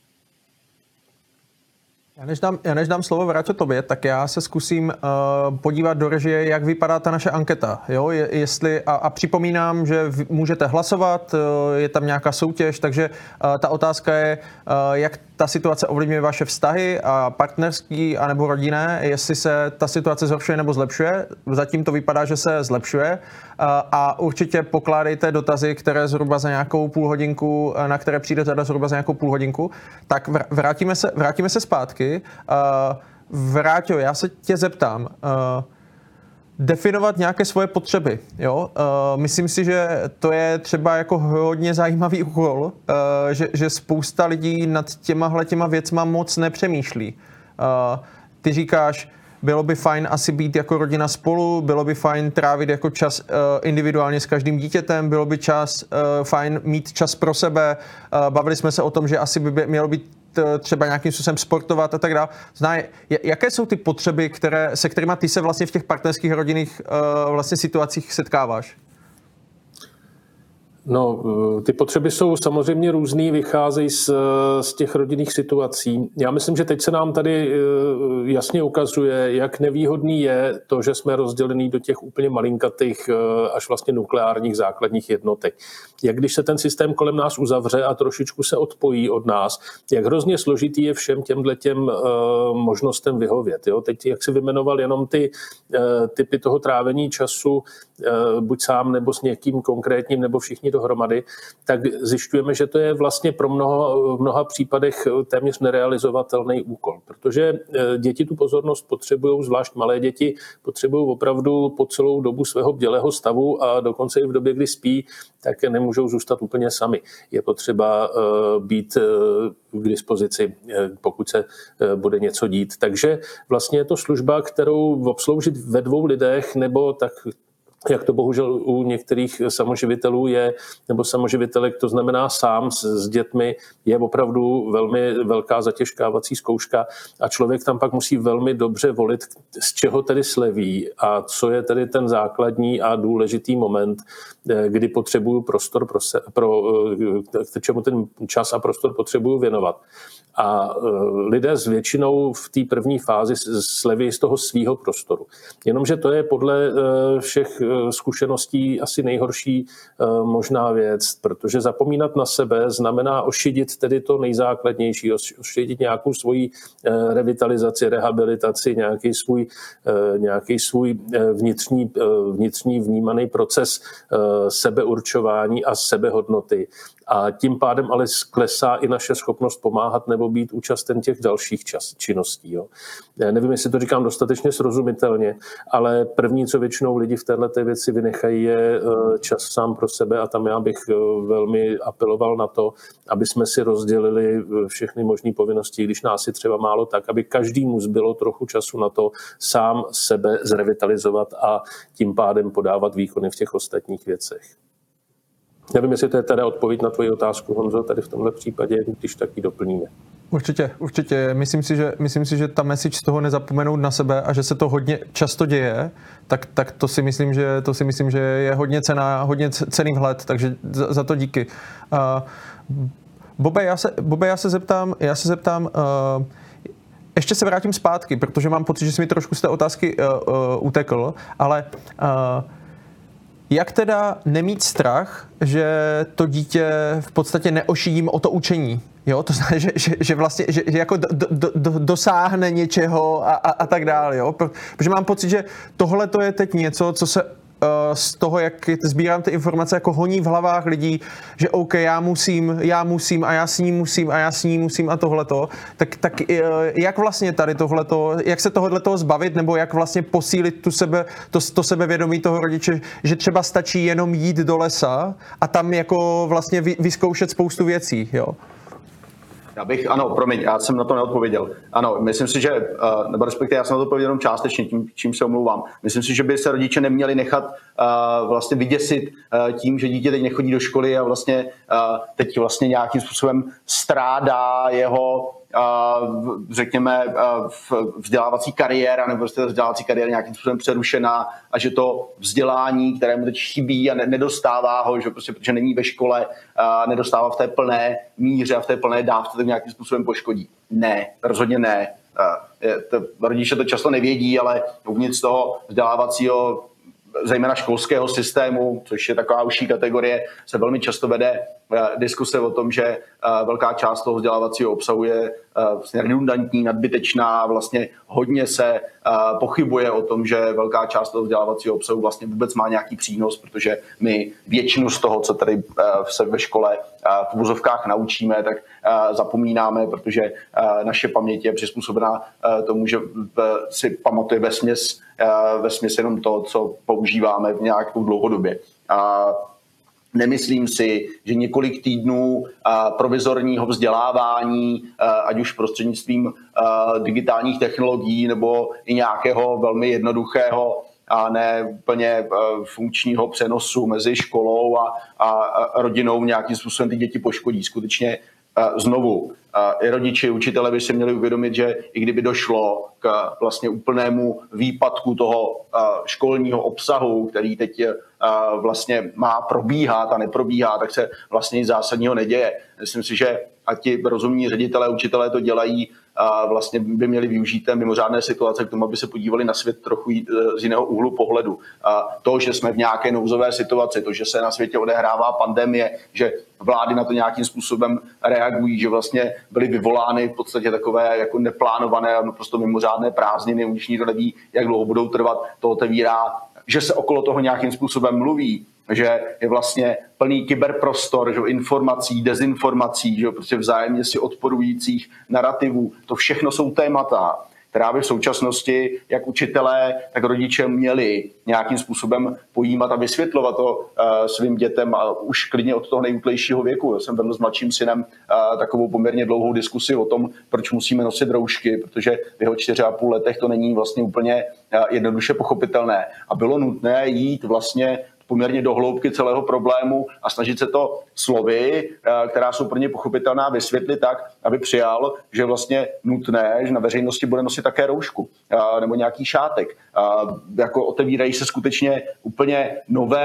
Než dám slovo Vráťo tobě, tak já se zkusím podívat do režie, jak vypadá ta naše anketa. Jo? A připomínám, že můžete hlasovat, je tam nějaká soutěž, takže ta otázka je, jak ta situace ovlivňuje vaše vztahy a partnerský anebo rodinné, jestli se ta situace zhoršuje nebo zlepšuje. Zatím to vypadá, že se zlepšuje a určitě pokládejte dotazy, které zhruba za nějakou půlhodinku, na které přijdete zhruba za nějakou půlhodinku. Tak vrátíme se zpátky. Vráťo, já se tě zeptám, definovat nějaké svoje potřeby. Jo? Myslím si, že to je třeba jako hodně zajímavý úkol, že spousta lidí nad těma věcma moc nepřemýšlí. Ty říkáš, bylo by fajn asi být jako rodina spolu, bylo by fajn trávit jako čas individuálně s každým dítětem, bylo by fajn mít čas pro sebe, bavili jsme se o tom, že asi by mělo být třeba nějakým způsobem sportovat a tak dále. Jaké jsou ty potřeby, se kterými ty se vlastně v těch partnerských rodinných vlastně situacích setkáváš? No, ty potřeby jsou samozřejmě různý, vycházejí z těch rodinných situací. Já myslím, že teď se nám tady jasně ukazuje, jak nevýhodný je to, že jsme rozdělení do těch úplně malinkatých až vlastně nukleárních základních jednotek. Jak když se ten systém kolem nás uzavře a trošičku se odpojí od nás, jak hrozně složitý je všem těm možnostem vyhovět. Jo? Teď, jak si vymenoval jenom ty typy toho trávení času, buď sám nebo s někým konkrétním nebo všichni dohromady, tak zjišťujeme, že to je vlastně pro v mnoha případech téměř nerealizovatelný úkol, protože děti tu pozornost potřebují, zvlášť malé děti, potřebují opravdu po celou dobu svého bdělého stavu a dokonce i v době, kdy spí, tak nemůžou zůstat úplně sami. Je potřeba být k dispozici, pokud se bude něco dít. Takže vlastně je to služba, kterou obsloužit ve dvou lidech nebo tak, jak to bohužel u některých samoživitelů je, nebo samoživitelek, to znamená sám s dětmi, je opravdu velmi velká zatěžkávací zkouška a člověk tam pak musí velmi dobře volit, z čeho tedy sleví a co je tedy ten základní a důležitý moment, kdy potřebuju prostor k čemu ten čas a prostor potřebuju věnovat. A lidé s většinou v té první fázi sleví z toho svýho prostoru. Jenomže to je podle všech zkušeností asi nejhorší možná věc, protože zapomínat na sebe znamená ošidit tedy to nejzákladnější, ošidit nějakou svoji revitalizaci, rehabilitaci, nějaký svůj vnitřní vnímaný proces sebeurčování a sebehodnoty. A tím pádem ale klesá i naše schopnost pomáhat nebo být účasten těch dalších činností. Jo. Nevím, jestli to říkám dostatečně srozumitelně, ale první, co většinou lidi v této věci vynechají, je čas sám pro sebe a tam já bych velmi apeloval na to, aby jsme si rozdělili všechny možné povinnosti, když nás je třeba málo, tak aby každému zbylo trochu času na to sám sebe zrevitalizovat a tím pádem podávat výkony v těch ostatních věcech. Nevím, jestli to je teda odpověď na tvoji otázku, Honzo, tady v tomhle případě, když taky doplníme. Určitě. Myslím si, že ta message z toho nezapomenout na sebe a že se to hodně často děje, tak to si myslím, že je hodně cenný vhled, takže za to díky. Bobe, já se zeptám, ještě se vrátím zpátky, protože mám pocit, že jsi mi trošku z té otázky utekl, ale jak teda nemít strach, že to dítě v podstatě neošidím o to učení? Jo, to znamená, že vlastně že jako dosáhne něčeho a tak dále, jo. Protože mám pocit, že tohle to je teď něco, co se z toho, jak sbírám ty informace, jako honí v hlavách lidí, že OK, já musím a já s ní musím a tohleto, tak jak vlastně tady tohleto, jak se tohleto zbavit, nebo jak vlastně posílit to sebevědomí toho rodiče, že třeba stačí jenom jít do lesa a tam jako vlastně vyzkoušet spoustu věcí, jo? Já jsem na to neodpověděl. Ano, myslím si, že, nebo respektive já jsem na to odpověděl jenom částečně, čím se omlouvám. Myslím si, že by se rodiče neměli nechat vlastně vyděsit tím, že dítě teď nechodí do školy a vlastně teď vlastně nějakým způsobem strádá jeho řekněme vzdělávací kariéra nebo prostě vzdělávací kariéra nějakým způsobem přerušená a že to vzdělání, kterému teď chybí a nedostává ho, že prostě protože není ve škole, nedostává v té plné míře a v té plné dávce, tak nějakým způsobem poškodí. Ne, rozhodně ne. Rodiče to často nevědí, ale uvnitř toho vzdělávacího zejména školského systému, což je taková užší kategorie, se velmi často vede diskuse o tom, že velká část toho vzdělávacího obsahu je vlastně redundantní, nadbytečná, vlastně hodně se pochybuje o tom, že velká část toho vzdělávacího obsahu vlastně vůbec má nějaký přínos, protože my většinu z toho, co tady se ve škole v uvozovkách naučíme, tak zapomínáme, protože naše paměť je přizpůsobená tomu, že si pamatuje vesměs jenom to, co používáme v nějakou dlouhodobě. Nemyslím si, že několik týdnů provizorního vzdělávání, ať už prostřednictvím digitálních technologií nebo i nějakého velmi jednoduchého a ne úplně funkčního přenosu mezi školou a rodinou nějakým způsobem ty děti poškodí. Skutečně znovu, i rodiči, učitelé by si měli uvědomit, že i kdyby došlo k vlastně úplnému výpadku toho školního obsahu, který teď vlastně má probíhat a neprobíhá, tak se vlastně nic zásadního neděje. Myslím si, že a ti rozumní ředitelé, učitelé to dělají, vlastně by měli využít té mimořádné situace k tomu, aby se podívali na svět trochu z jiného úhlu pohledu. To, že jsme v nějaké nouzové situaci, to, že se na světě odehrává pandemie, že vlády na to nějakým způsobem reagují, že vlastně byly vyvolány v podstatě takové jako neplánované a naprosto mimořádné prázdniny, už nikdo neví, jak dlouho budou trvat, to otevírá, že se okolo toho nějakým způsobem mluví, že je vlastně plný kyberprostor, že informací, dezinformací, že prostě vzájemně si odporujících narrativů. To všechno jsou témata, která by v současnosti jak učitelé, tak rodiče měli nějakým způsobem pojímat a vysvětlovat to svým dětem a už klidně od toho nejútlejšího věku. Já jsem vedl s mladším synem takovou poměrně dlouhou diskusi o tom, proč musíme nosit roušky, protože v jeho 4,5 letech to není vlastně úplně jednoduše pochopitelné. A bylo nutné jít vlastně poměrně do hloubky celého problému a snažit se to slovy, která jsou pro ně pochopitelná, vysvětlit tak, aby přijal, že vlastně nutné, že na veřejnosti bude nosit také roušku nebo nějaký šátek. Jako otevírají se skutečně úplně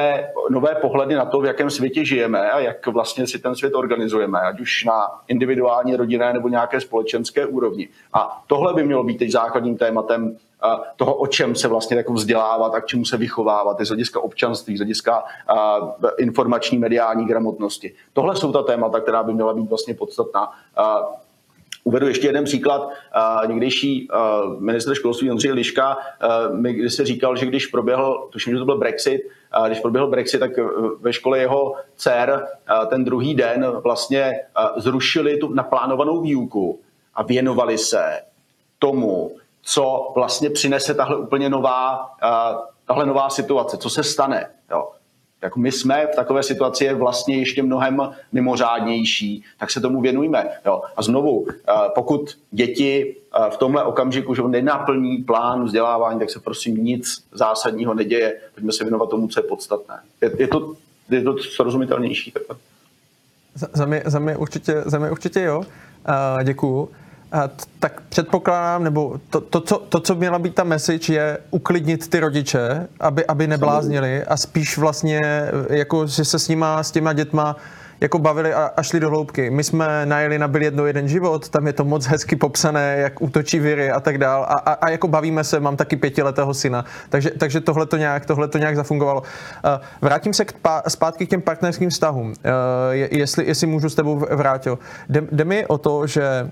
nové pohledy na to, v jakém světě žijeme a jak vlastně si ten svět organizujeme, ať už na individuální, rodinné nebo nějaké společenské úrovni. A tohle by mělo být teď základním tématem toho, o čem se vlastně jako vzdělávat a k čemu se vychovávat, z hlediska občanství, z hlediska informační mediální gramotnosti. Tohle jsou ta témata, která by měla být vlastně podstatná. Uvedu ještě jeden příklad. Někdejší ministr školství Ondřej Liška mi kdysi říkal, že když proběhl, tuším, že to byl Brexit, když proběhl Brexit, tak ve škole jeho dcer ten druhý den vlastně zrušili tu naplánovanou výuku a věnovali se tomu, co vlastně přinese tahle úplně nová situace, co se stane. Jo. Jak my jsme v takové situaci je vlastně ještě mnohem mimořádnější, tak se tomu věnujme. Jo. A znovu, pokud děti v tomhle okamžiku že nenaplní plán vzdělávání, tak se prosím nic zásadního neděje. Pojďme se věnovat tomu, co je podstatné. Je to srozumitelnější. Za mě určitě jo. Děkuju. Tak předpokládám, nebo to, co měla být ta message, je uklidnit ty rodiče, aby nebláznili a spíš vlastně, jako, že se s těma dětma jako bavili a šli do hloubky. My jsme najeli na Byl jednou jeden život, tam je to moc hezky popsané, jak útočí viry a tak dál. A jako bavíme se, mám taky 5letého syna. Takže tohle to nějak zafungovalo. Vrátím se zpátky k těm partnerským vztahům. Jestli můžu s tebou vrátit. Jde mi o to, že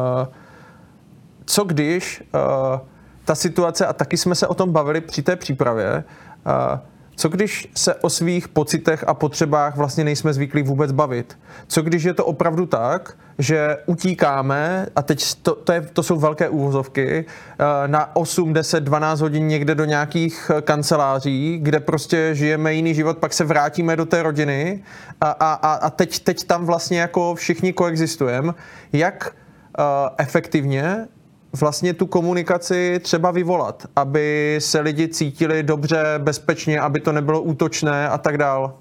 co když ta situace, a taky jsme se o tom bavili při té přípravě, co když se o svých pocitech a potřebách vlastně nejsme zvyklí vůbec bavit? Co když je to opravdu tak, že utíkáme, a teď to jsou velké úvozovky, na 8, 10, 12 hodin někde do nějakých kanceláří, kde prostě žijeme jiný život, pak se vrátíme do té rodiny a teď tam vlastně jako všichni koexistujeme. Jak efektivně vlastně tu komunikaci třeba vyvolat, aby se lidi cítili dobře, bezpečně, aby to nebylo útočné a tak dál?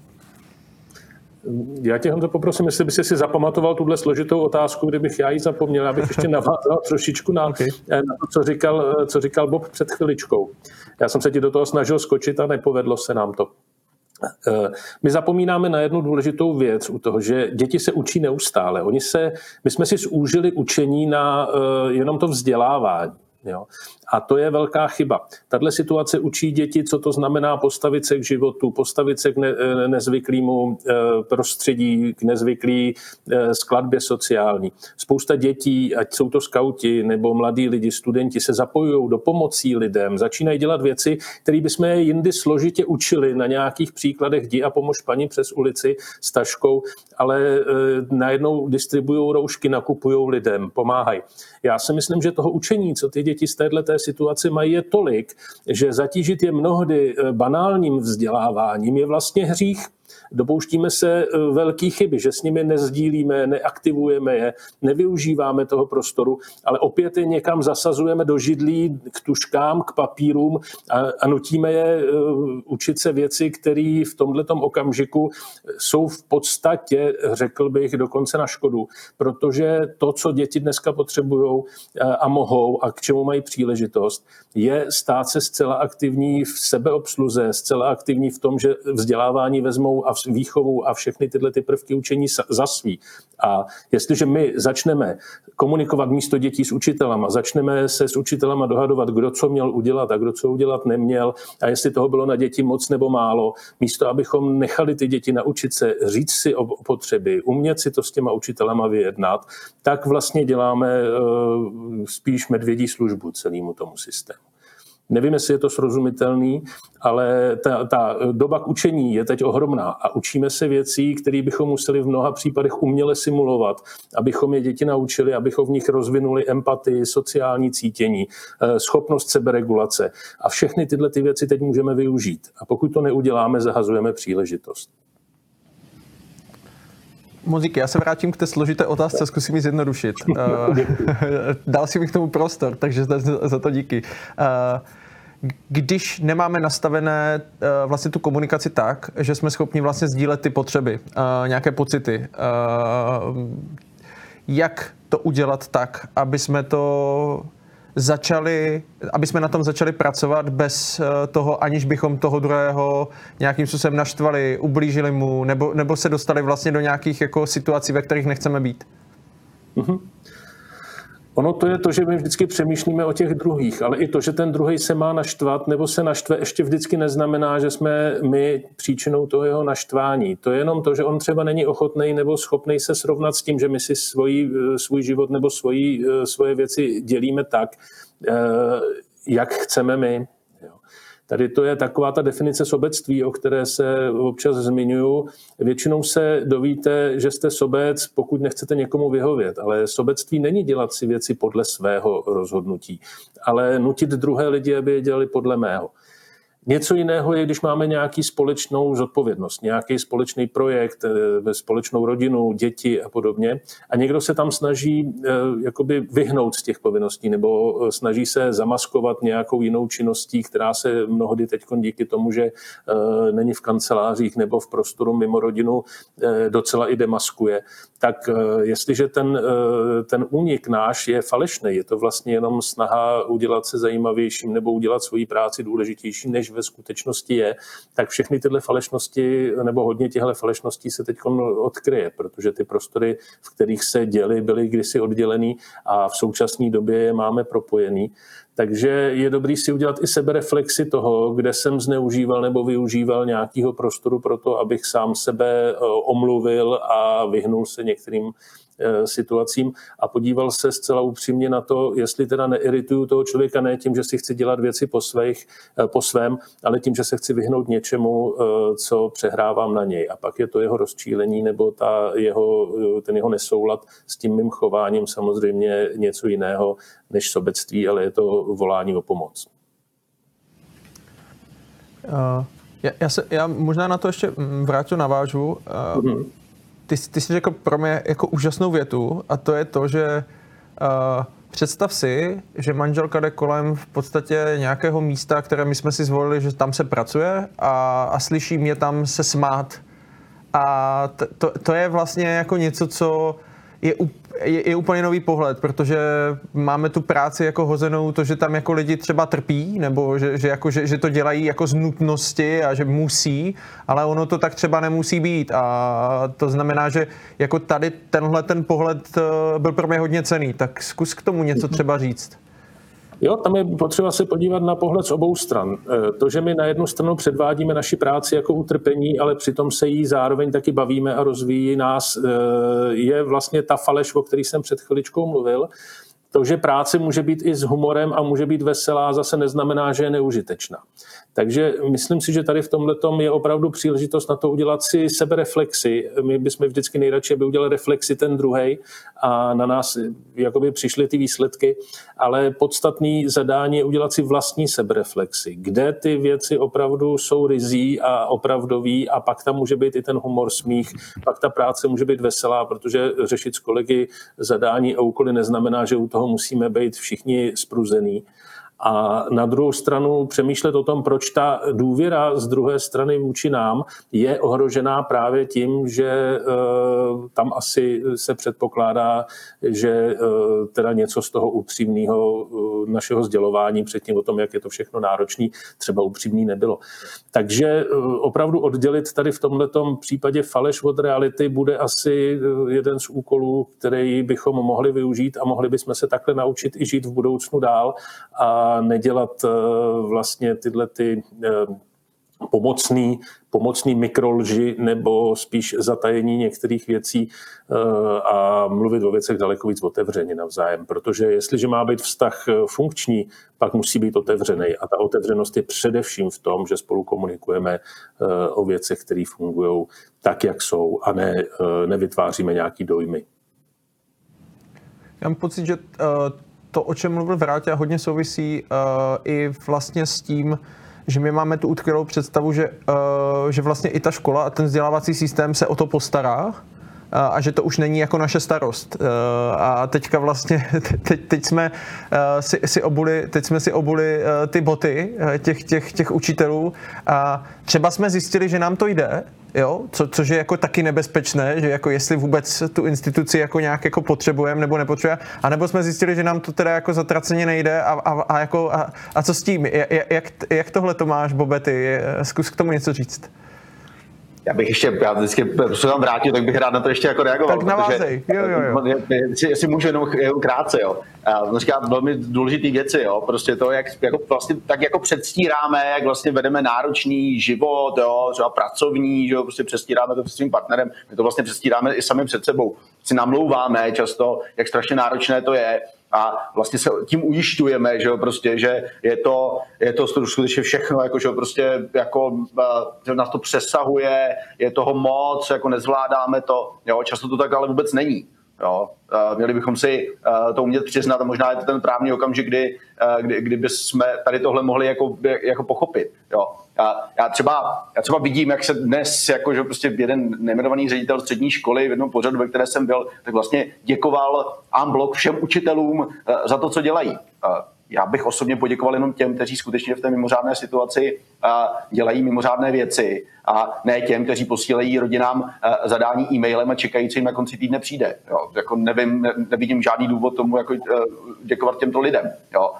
Já tě, Honzo, poprosím, jestli by si zapamatoval tuhle složitou otázku, kdybych já ji zapomněl, abych ještě navázal trošičku na to, co říkal Bob před chviličkou. Já jsem se ti do toho snažil skočit a nepovedlo se nám to. My zapomínáme na jednu důležitou věc u toho, že děti se učí neustále. My jsme si zúžili učení na jenom to vzdělávání. Jo. A to je velká chyba. Tahle situace učí děti, co to znamená postavit se k životu, postavit se k nezvyklému prostředí, k nezvyklé skladbě sociální. Spousta dětí, ať jsou to skauti nebo mladí lidi, studenti, se zapojují do pomocí lidem, začínají dělat věci, které bychom je jindy složitě učili na nějakých příkladech jdi a pomož paní přes ulici s taškou, ale najednou distribuují roušky, nakupují lidem, pomáhají. Já si myslím, že toho učení, co ty děti z této situace mají, je tolik, že zatížit je mnohdy banálním vzděláváním je vlastně hřích. Dopouštíme se velký chyby, že s nimi nezdílíme, neaktivujeme je, nevyužíváme toho prostoru, ale opět je někam zasazujeme do židlí, k tužkám, k papírům a nutíme je učit se věci, které v tomhletom okamžiku jsou v podstatě, řekl bych, dokonce na škodu, protože to, co děti dneska potřebují a mohou a k čemu mají příležitost, je stát se zcela aktivní v sebeobsluze, zcela aktivní v tom, že vzdělávání vezmou a výchovu a všechny tyhle ty prvky učení za svý. A jestliže my začneme komunikovat místo dětí s učitelama, začneme se s učitelama dohadovat, kdo co měl udělat a kdo co udělat neměl a jestli toho bylo na děti moc nebo málo, místo abychom nechali ty děti naučit se říct si o potřeby, umět si to s těma učitelama vyjednat, tak vlastně děláme spíš medvědí službu celému tomu systému. Nevím, jestli je to srozumitelný, ale ta doba k učení je teď ohromná a učíme se věcí, které bychom museli v mnoha případech uměle simulovat, abychom je děti naučili, abychom v nich rozvinuli empatii, sociální cítění, schopnost seberegulace a všechny tyhle ty věci teď můžeme využít. A pokud to neuděláme, zahazujeme příležitost. Mozíky, já se vrátím k té složité otázce, zkusím ji zjednodušit. Dal si mi k tomu prostor, takže za to díky. Když nemáme nastavené vlastně tu komunikaci tak, že jsme schopni vlastně sdílet ty potřeby, nějaké pocity, jak to udělat tak, aby jsme na tom začali pracovat bez toho, aniž bychom toho druhého nějakým způsobem naštvali, ublížili mu, nebo se dostali vlastně do nějakých jako situací, ve kterých nechceme být. Mm-hmm. Ono to je to, že my vždycky přemýšlíme o těch druhých, ale i to, že ten druhý se má naštvat nebo se naštve, ještě vždycky neznamená, že jsme my příčinou toho jeho naštvání. To je jenom to, že on třeba není ochotný nebo schopný se srovnat s tím, že my si svůj život nebo svoje věci dělíme tak, jak chceme my. Tady to je taková ta definice sobectví, o které se občas zmiňuju. Většinou se dovíte, že jste sobec, pokud nechcete někomu vyhovět, ale sobectví není dělat si věci podle svého rozhodnutí, ale nutit druhé lidi, aby je dělali podle mého. Něco jiného je, když máme nějaký společnou zodpovědnost, nějaký společný projekt, společnou rodinu, děti a podobně. A někdo se tam snaží jakoby vyhnout z těch povinností nebo snaží se zamaskovat nějakou jinou činností, která se mnohdy teď díky tomu, že není v kancelářích nebo v prostoru mimo rodinu, docela i demaskuje. Tak jestliže ten únik náš je falešný, je to vlastně jenom snaha udělat se zajímavějším nebo udělat svoji práci důležitější, než ve skutečnosti je, tak všechny tyhle falešnosti nebo hodně těchto falešností se teď odkryje, protože ty prostory, v kterých se děly, byly kdysi oddělený a v současné době je máme propojený. Takže je dobrý si udělat i sebereflexi toho, kde jsem zneužíval nebo využíval nějakého prostoru pro to, abych sám sebe omluvil a vyhnul se některým situacím a podíval se zcela upřímně na to, jestli teda neirituju toho člověka ne tím, že si chci dělat věci po svém, ale tím, že se chci vyhnout něčemu, co přehrávám na něj. A pak je to jeho rozčílení nebo ten jeho nesoulad s tím mým chováním samozřejmě něco jiného než sobectví, ale je to volání o pomoc. Já možná na to ještě navážu. Ty jsi řekl pro mě jako úžasnou větu a to je to, že představ si, že manželka jde kolem v podstatě nějakého místa, které my jsme si zvolili, že tam se pracuje a slyší mě tam se smát. A to je vlastně jako něco, co je úplně nový pohled, protože máme tu práci jako hozenou to, že tam jako lidi třeba trpí, nebo že to dělají jako z nutnosti a že musí, ale ono to tak třeba nemusí být a to znamená, že jako tady ten pohled byl pro mě hodně cenný, tak zkus k tomu něco třeba říct. Jo, tam je potřeba se podívat na pohled z obou stran. To, že my na jednu stranu předvádíme naši práci jako utrpení, ale přitom se jí zároveň taky bavíme a rozvíjí nás, je vlastně ta faleš, o který jsem před chviličkou mluvil. To, že práce může být i s humorem a může být veselá, zase neznamená, že je neužitečná. Takže myslím si, že tady v tomhletom je opravdu příležitost na to udělat si sebereflexi. My bychom vždycky nejradši, aby udělal reflexi ten druhej a na nás jakoby přišly ty výsledky, ale podstatný zadání je udělat si vlastní sebereflexi, kde ty věci opravdu jsou ryzí a opravdový a pak tam může být i ten humor, smích, pak ta práce může být veselá, protože řešit s kolegy zadání a úkoly neznamená, že u toho musíme být všichni spruzený. A na druhou stranu přemýšlet o tom, proč ta důvěra z druhé strany vůči nám je ohrožená právě tím, že tam asi se předpokládá, že teda něco z toho upřímného našeho sdělování předtím o tom, jak je to všechno náročný, třeba upřímný nebylo. Takže opravdu oddělit tady v tomhletom případě faleš od reality bude asi jeden z úkolů, který bychom mohli využít a mohli bychom se takhle naučit i žít v budoucnu dál a nedělat vlastně tyhle ty pomocný mikrolži nebo spíš zatajení některých věcí a mluvit o věcech daleko víc otevřeně navzájem. Protože jestliže má být vztah funkční, pak musí být otevřený. A ta otevřenost je především v tom, že spolu komunikujeme o věcech, které fungují tak, jak jsou a nevytváříme nějaký dojmy. Já mám pocit, že to, o čem mluvil Vráťa, hodně souvisí i vlastně s tím, že my máme tu utkvělou představu, že vlastně i ta škola a ten vzdělávací systém se o to postará a že to už není jako naše starost. A teďka vlastně, teď jsme si obuli ty boty těch učitelů a třeba jsme zjistili, že nám to jde, jo, což je jako taky nebezpečné, že jako jestli vůbec tu instituci jako nějak jako potřebujeme nebo nepotřebujeme, anebo jsme zjistili, že nám to teda jako zatraceně nejde a co s tím? Jak tohle to máš, Bobety? Zkus k tomu něco říct. Já vždycky tam vrátil, tak bych rád na to ještě jako reagoval. Tak navázej, jo. Jestli můžu jenom krátce, jo. Říká velmi důležitý věci, jo. Prostě to, jak jako vlastně, tak jako předstíráme, jak vlastně vedeme náročný život, jo, třeba pracovní, jo, prostě předstíráme to před svým partnerem, my to vlastně předstíráme i sami před sebou. Si namlouváme často, jak strašně náročné to je. A vlastně se tím ujišťujeme, že jo, prostě, že je to skutečně všechno, jako, že prostě jako nás to přesahuje, je toho moc, jako nezvládáme to, jo, často to tak ale vůbec není. Jo. Měli bychom si to umět přiznat a možná je to ten právní okamžik, kdyby jsme tady tohle mohli jako pochopit. Jo. Já třeba vidím, jak se dnes jako, že prostě jeden nejmenovaný ředitel střední školy v jednom pořadu, ve které jsem byl, tak vlastně děkoval en bloc všem učitelům za to, co dělají. Já bych osobně poděkoval jenom těm, kteří skutečně v té mimořádné situaci dělají mimořádné věci a ne těm, kteří posílají rodinám zadání e-mailem a čekají, co jim na konci týdne přijde. Jo. Jako nevidím žádný důvod tomu jako děkovat těmto lidem. Jo.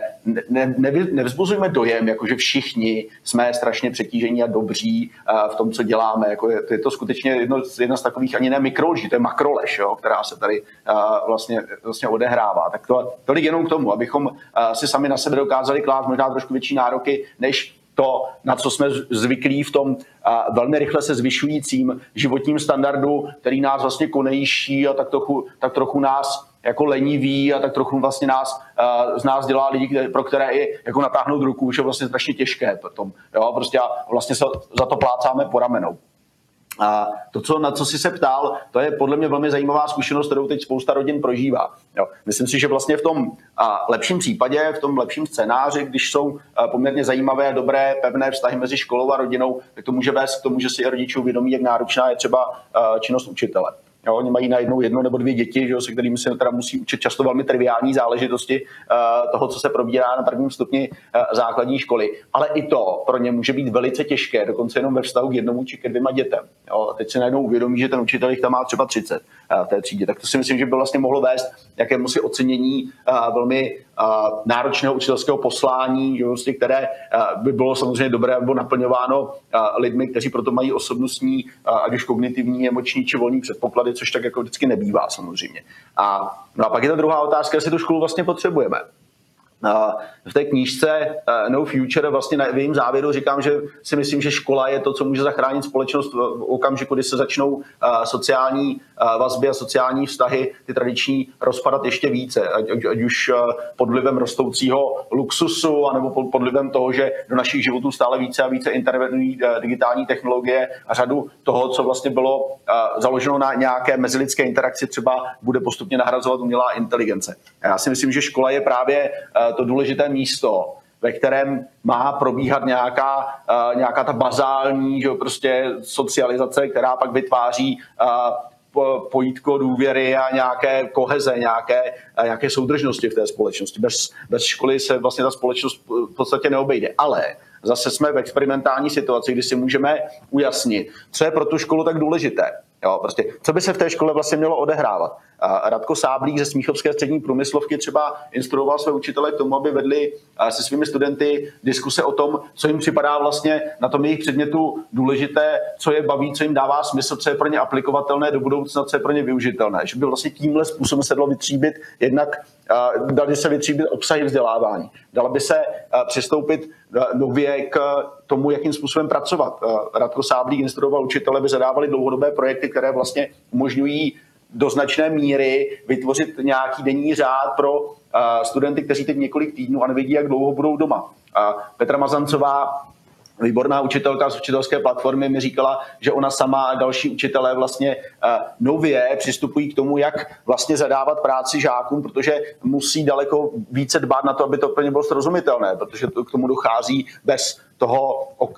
Nevzbuzujme dojem, jako že všichni jsme strašně přetížení a dobří v tom, co děláme. Jako je to skutečně jedna z takových ani ne mikrolží, to je makrolež, jo, která se tady vlastně odehrává. Tak tolik jenom k tomu, abychom si sami na sebe dokázali klást možná trošku větší nároky, než to, na co jsme zvyklí v tom velmi rychle se zvyšujícím životním standardu, který nás vlastně konejší a tak trochu nás jako leniví a tak trochu vlastně z nás dělá lidi, pro které i jako natáhnout ruku už je vlastně strašně těžké potom. Jo? Prostě vlastně se za to plácáme po ramenou. A to, na co jsi se ptal, to je podle mě velmi zajímavá zkušenost, kterou teď spousta rodin prožívá. Jo. Myslím si, že vlastně v tom lepším případě, v tom lepším scénáři, když jsou poměrně zajímavé, dobré, pevné vztahy mezi školou a rodinou, tak to může vést k tomu, že si rodiče uvědomí, jak náročná je třeba činnost učitele. Jo, oni mají najednou 1 nebo 2 děti, že, se kterými se teda musí učit často velmi triviální záležitosti toho, co se probírá na prvním stupni základní školy. Ale i to pro ně může být velice těžké, dokonce jenom ve vztahu k 1 či ke 2 dětem. Jo, teď se najednou uvědomí, že ten učitel jich tam má třeba 30 v té třídě. Tak to si myslím, že by vlastně mohlo vést jakémusi ocenění velmi náročného učitelského poslání, že, které by bylo samozřejmě dobré, aby bylo naplňováno lidmi, kteří proto mají osobnostní, ať už kognitivní, emoční či volní předpoklady, což tak jako vždycky nebývá samozřejmě. A pak je ta druhá otázka, jestli tu školu vlastně potřebujeme. V té knížce No Future vlastně v jejím závěru říkám, že si myslím, že škola je to, co může zachránit společnost v okamžiku, kdy se začnou sociální vazby a sociální vztahy, ty tradiční, rozpadat ještě více. Ať už pod vlivem rostoucího luxusu, anebo pod vlivem toho, že do našich životů stále více a více intervenují digitální technologie a řadu toho, co vlastně bylo založeno na nějaké mezilidské interakci, třeba bude postupně nahrazovat umělá inteligence. Já si myslím, že škola je právě to důležité místo, ve kterém má probíhat nějaká ta bazální, že prostě socializace, která pak vytváří pojítko důvěry a nějaké koheze, nějaké soudržnosti v té společnosti. Bez školy se vlastně ta společnost v podstatě neobejde. Ale zase jsme v experimentální situaci, kdy si můžeme ujasnit, co je pro tu školu tak důležité. Jo, prostě, co by se v té škole vlastně mělo odehrávat? Radko Sáblík ze Smíchovské střední průmyslovky třeba instruoval své učitele k tomu, aby vedli se svými studenty diskuse o tom, co jim připadá vlastně na tom jejich předmětu důležité, co je baví, co jim dává smysl, co je pro ně aplikovatelné do budoucna, co je pro ně využitelné. Že by vlastně tímhle způsobem se dalo vytříbit jednak dali se vytříbit obsahy vzdělávání. Dala by se přistoupit nově k tomu, jakým způsobem pracovat. Radko Sáblík instruoval učitele, aby zadávali dlouhodobé projekty, které vlastně umožňují do značné míry vytvořit nějaký denní řád pro studenty, kteří teď několik týdnů a nevědí, jak dlouho budou doma. Petra Mazancová, výborná učitelka z učitelské platformy, mi říkala, že ona sama a další učitelé vlastně nově přistupují k tomu, jak vlastně zadávat práci žákům, protože musí daleko více dbát na to, aby to pro ně bylo srozumitelné, protože k tomu dochází bez toho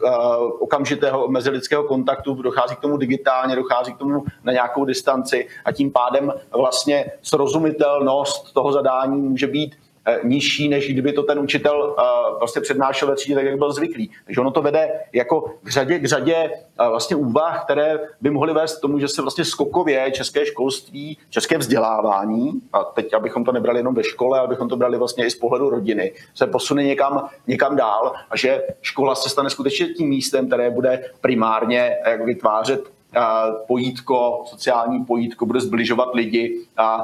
okamžitého mezilidského kontaktu, dochází k tomu digitálně, dochází k tomu na nějakou distanci a tím pádem vlastně srozumitelnost toho zadání může být nižší, než kdyby to ten učitel vlastně přednášel ve třídě tak, jak byl zvyklý. Takže ono to vede jako k řadě vlastně úvah, které by mohly vést k tomu, že se vlastně skokově české školství, české vzdělávání, a teď abychom to nebrali jenom ve škole, abychom to brali vlastně i z pohledu rodiny, se posune někam dál a že škola se stane skutečně tím místem, které bude primárně vytvářet pojítko, sociální pojítko, bude zbližovat lidi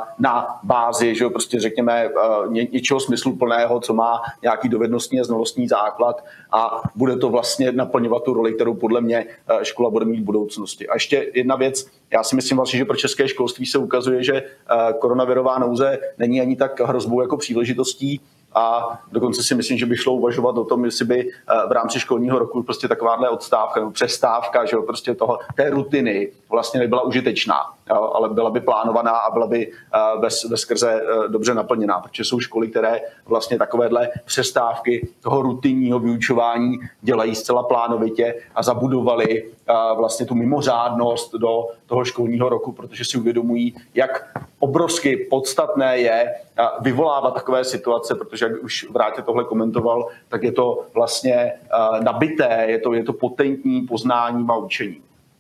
na bázi, že prostě řekněme něčeho smysluplného, co má nějaký dovednostní a znalostní základ a bude to vlastně naplňovat tu roli, kterou podle mě škola bude mít v budoucnosti. A ještě jedna věc, já si myslím vlastně, že pro české školství se ukazuje, že koronavirová nouze není ani tak hrozbou jako příležitostí, a dokonce si myslím, že by šlo uvažovat o tom, jestli by v rámci školního roku prostě takováhle odstávka nebo přestávka, že jo, prostě té rutiny vlastně nebyla užitečná. ale byla by plánovaná a byla by veskrze dobře naplněná, protože jsou školy, které vlastně takovéhle přestávky toho rutinního vyučování dělají zcela plánovitě a zabudovali vlastně tu mimořádnost do toho školního roku, protože si uvědomují, jak obrovsky podstatné je vyvolávat takové situace, protože jak už Vráťa tohle komentoval, tak je to vlastně nabité, je to potentní poznání a učení.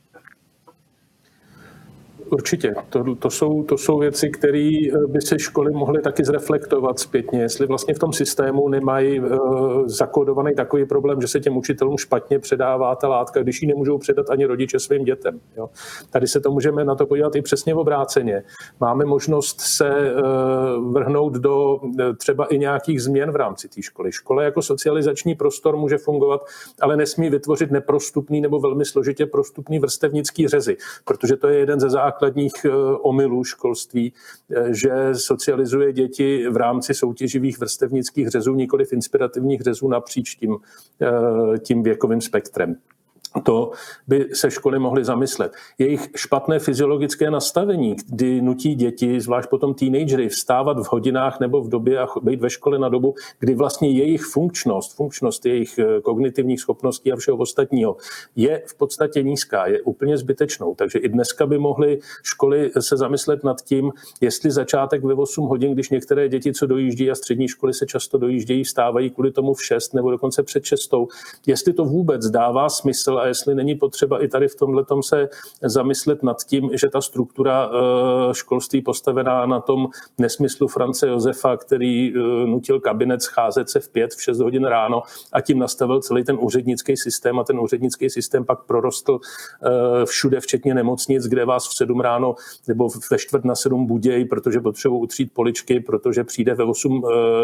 Určitě. To jsou věci, které by se školy mohly taky zreflektovat zpětně, jestli vlastně v tom systému nemají zakódovaný takový problém, že se těm učitelům špatně předává ta látka, když ji nemůžou předat ani rodiče svým dětem. Jo. Tady se to můžeme na to podívat i přesně obráceně. Máme možnost se vrhnout do třeba i nějakých změn v rámci té školy. Škola jako socializační prostor může fungovat, ale nesmí vytvořit neprostupný nebo velmi složitě prostupný vrstevnický řezy, protože to je jeden ze základních omylů školství, že socializuje děti v rámci soutěživých vrstevnických řezů, nikoliv inspirativních řezů napříč tím věkovým spektrem. To by se školy mohly zamyslet. Jejich špatné fyziologické nastavení, kdy nutí děti, zvlášť potom teenagery, vstávat v hodinách nebo v době a být ve škole na dobu, kdy vlastně jejich funkčnost jejich kognitivních schopností a všeho ostatního je v podstatě nízká, je úplně zbytečnou. Takže i dneska by mohly školy se zamyslet nad tím, jestli začátek ve 8 hodin, když některé děti, co dojíždí a střední školy se často dojíždějí, vstávají kvůli tomu v 6 nebo dokonce před 6, jestli to vůbec dává smysl a jestli není potřeba i tady v tomhletom se zamyslet nad tím, že ta struktura školství postavená na tom nesmyslu Franze Josefa, který nutil kabinet scházet se v 5, v 6 hodin ráno a tím nastavil celý ten úřednický systém a ten úřednický systém pak prorostl všude, včetně nemocnic, kde vás v 7 ráno nebo ve 6:45 budějí, protože potřebují utřít poličky, protože přijde ve 8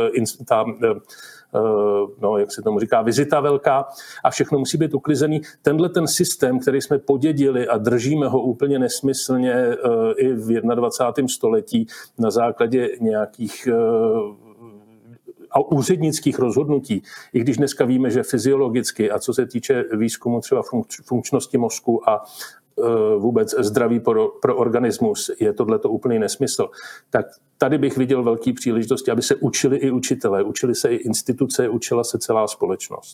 jak se tomu říká, vizita velká a všechno musí být uklizený. Tenhle ten systém, který jsme podědili a držíme ho úplně nesmyslně i v 21. století na základě nějakých a úřednických rozhodnutí, i když dneska víme, že fyziologicky a co se týče výzkumu třeba funkčnosti mozku a vůbec zdraví pro organismus je tohleto úplný nesmysl, tak tady bych viděl velký příležitosti, aby se učili i učitelé, učili se i instituce, učila se celá společnost.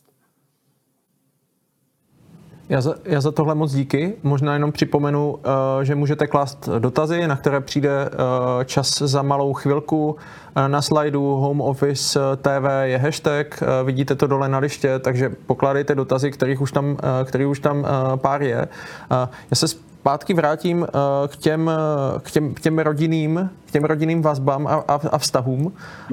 Já za tohle moc díky. Možná jenom připomenu, že můžete klást dotazy, na které přijde čas za malou chvilku. Na slajdu Home Office TV je hashtag, vidíte to dole na liště, takže pokládejte dotazy, kterých už tam pár je. Já se zpátky vrátím k těm rodinným vazbám a vztahům.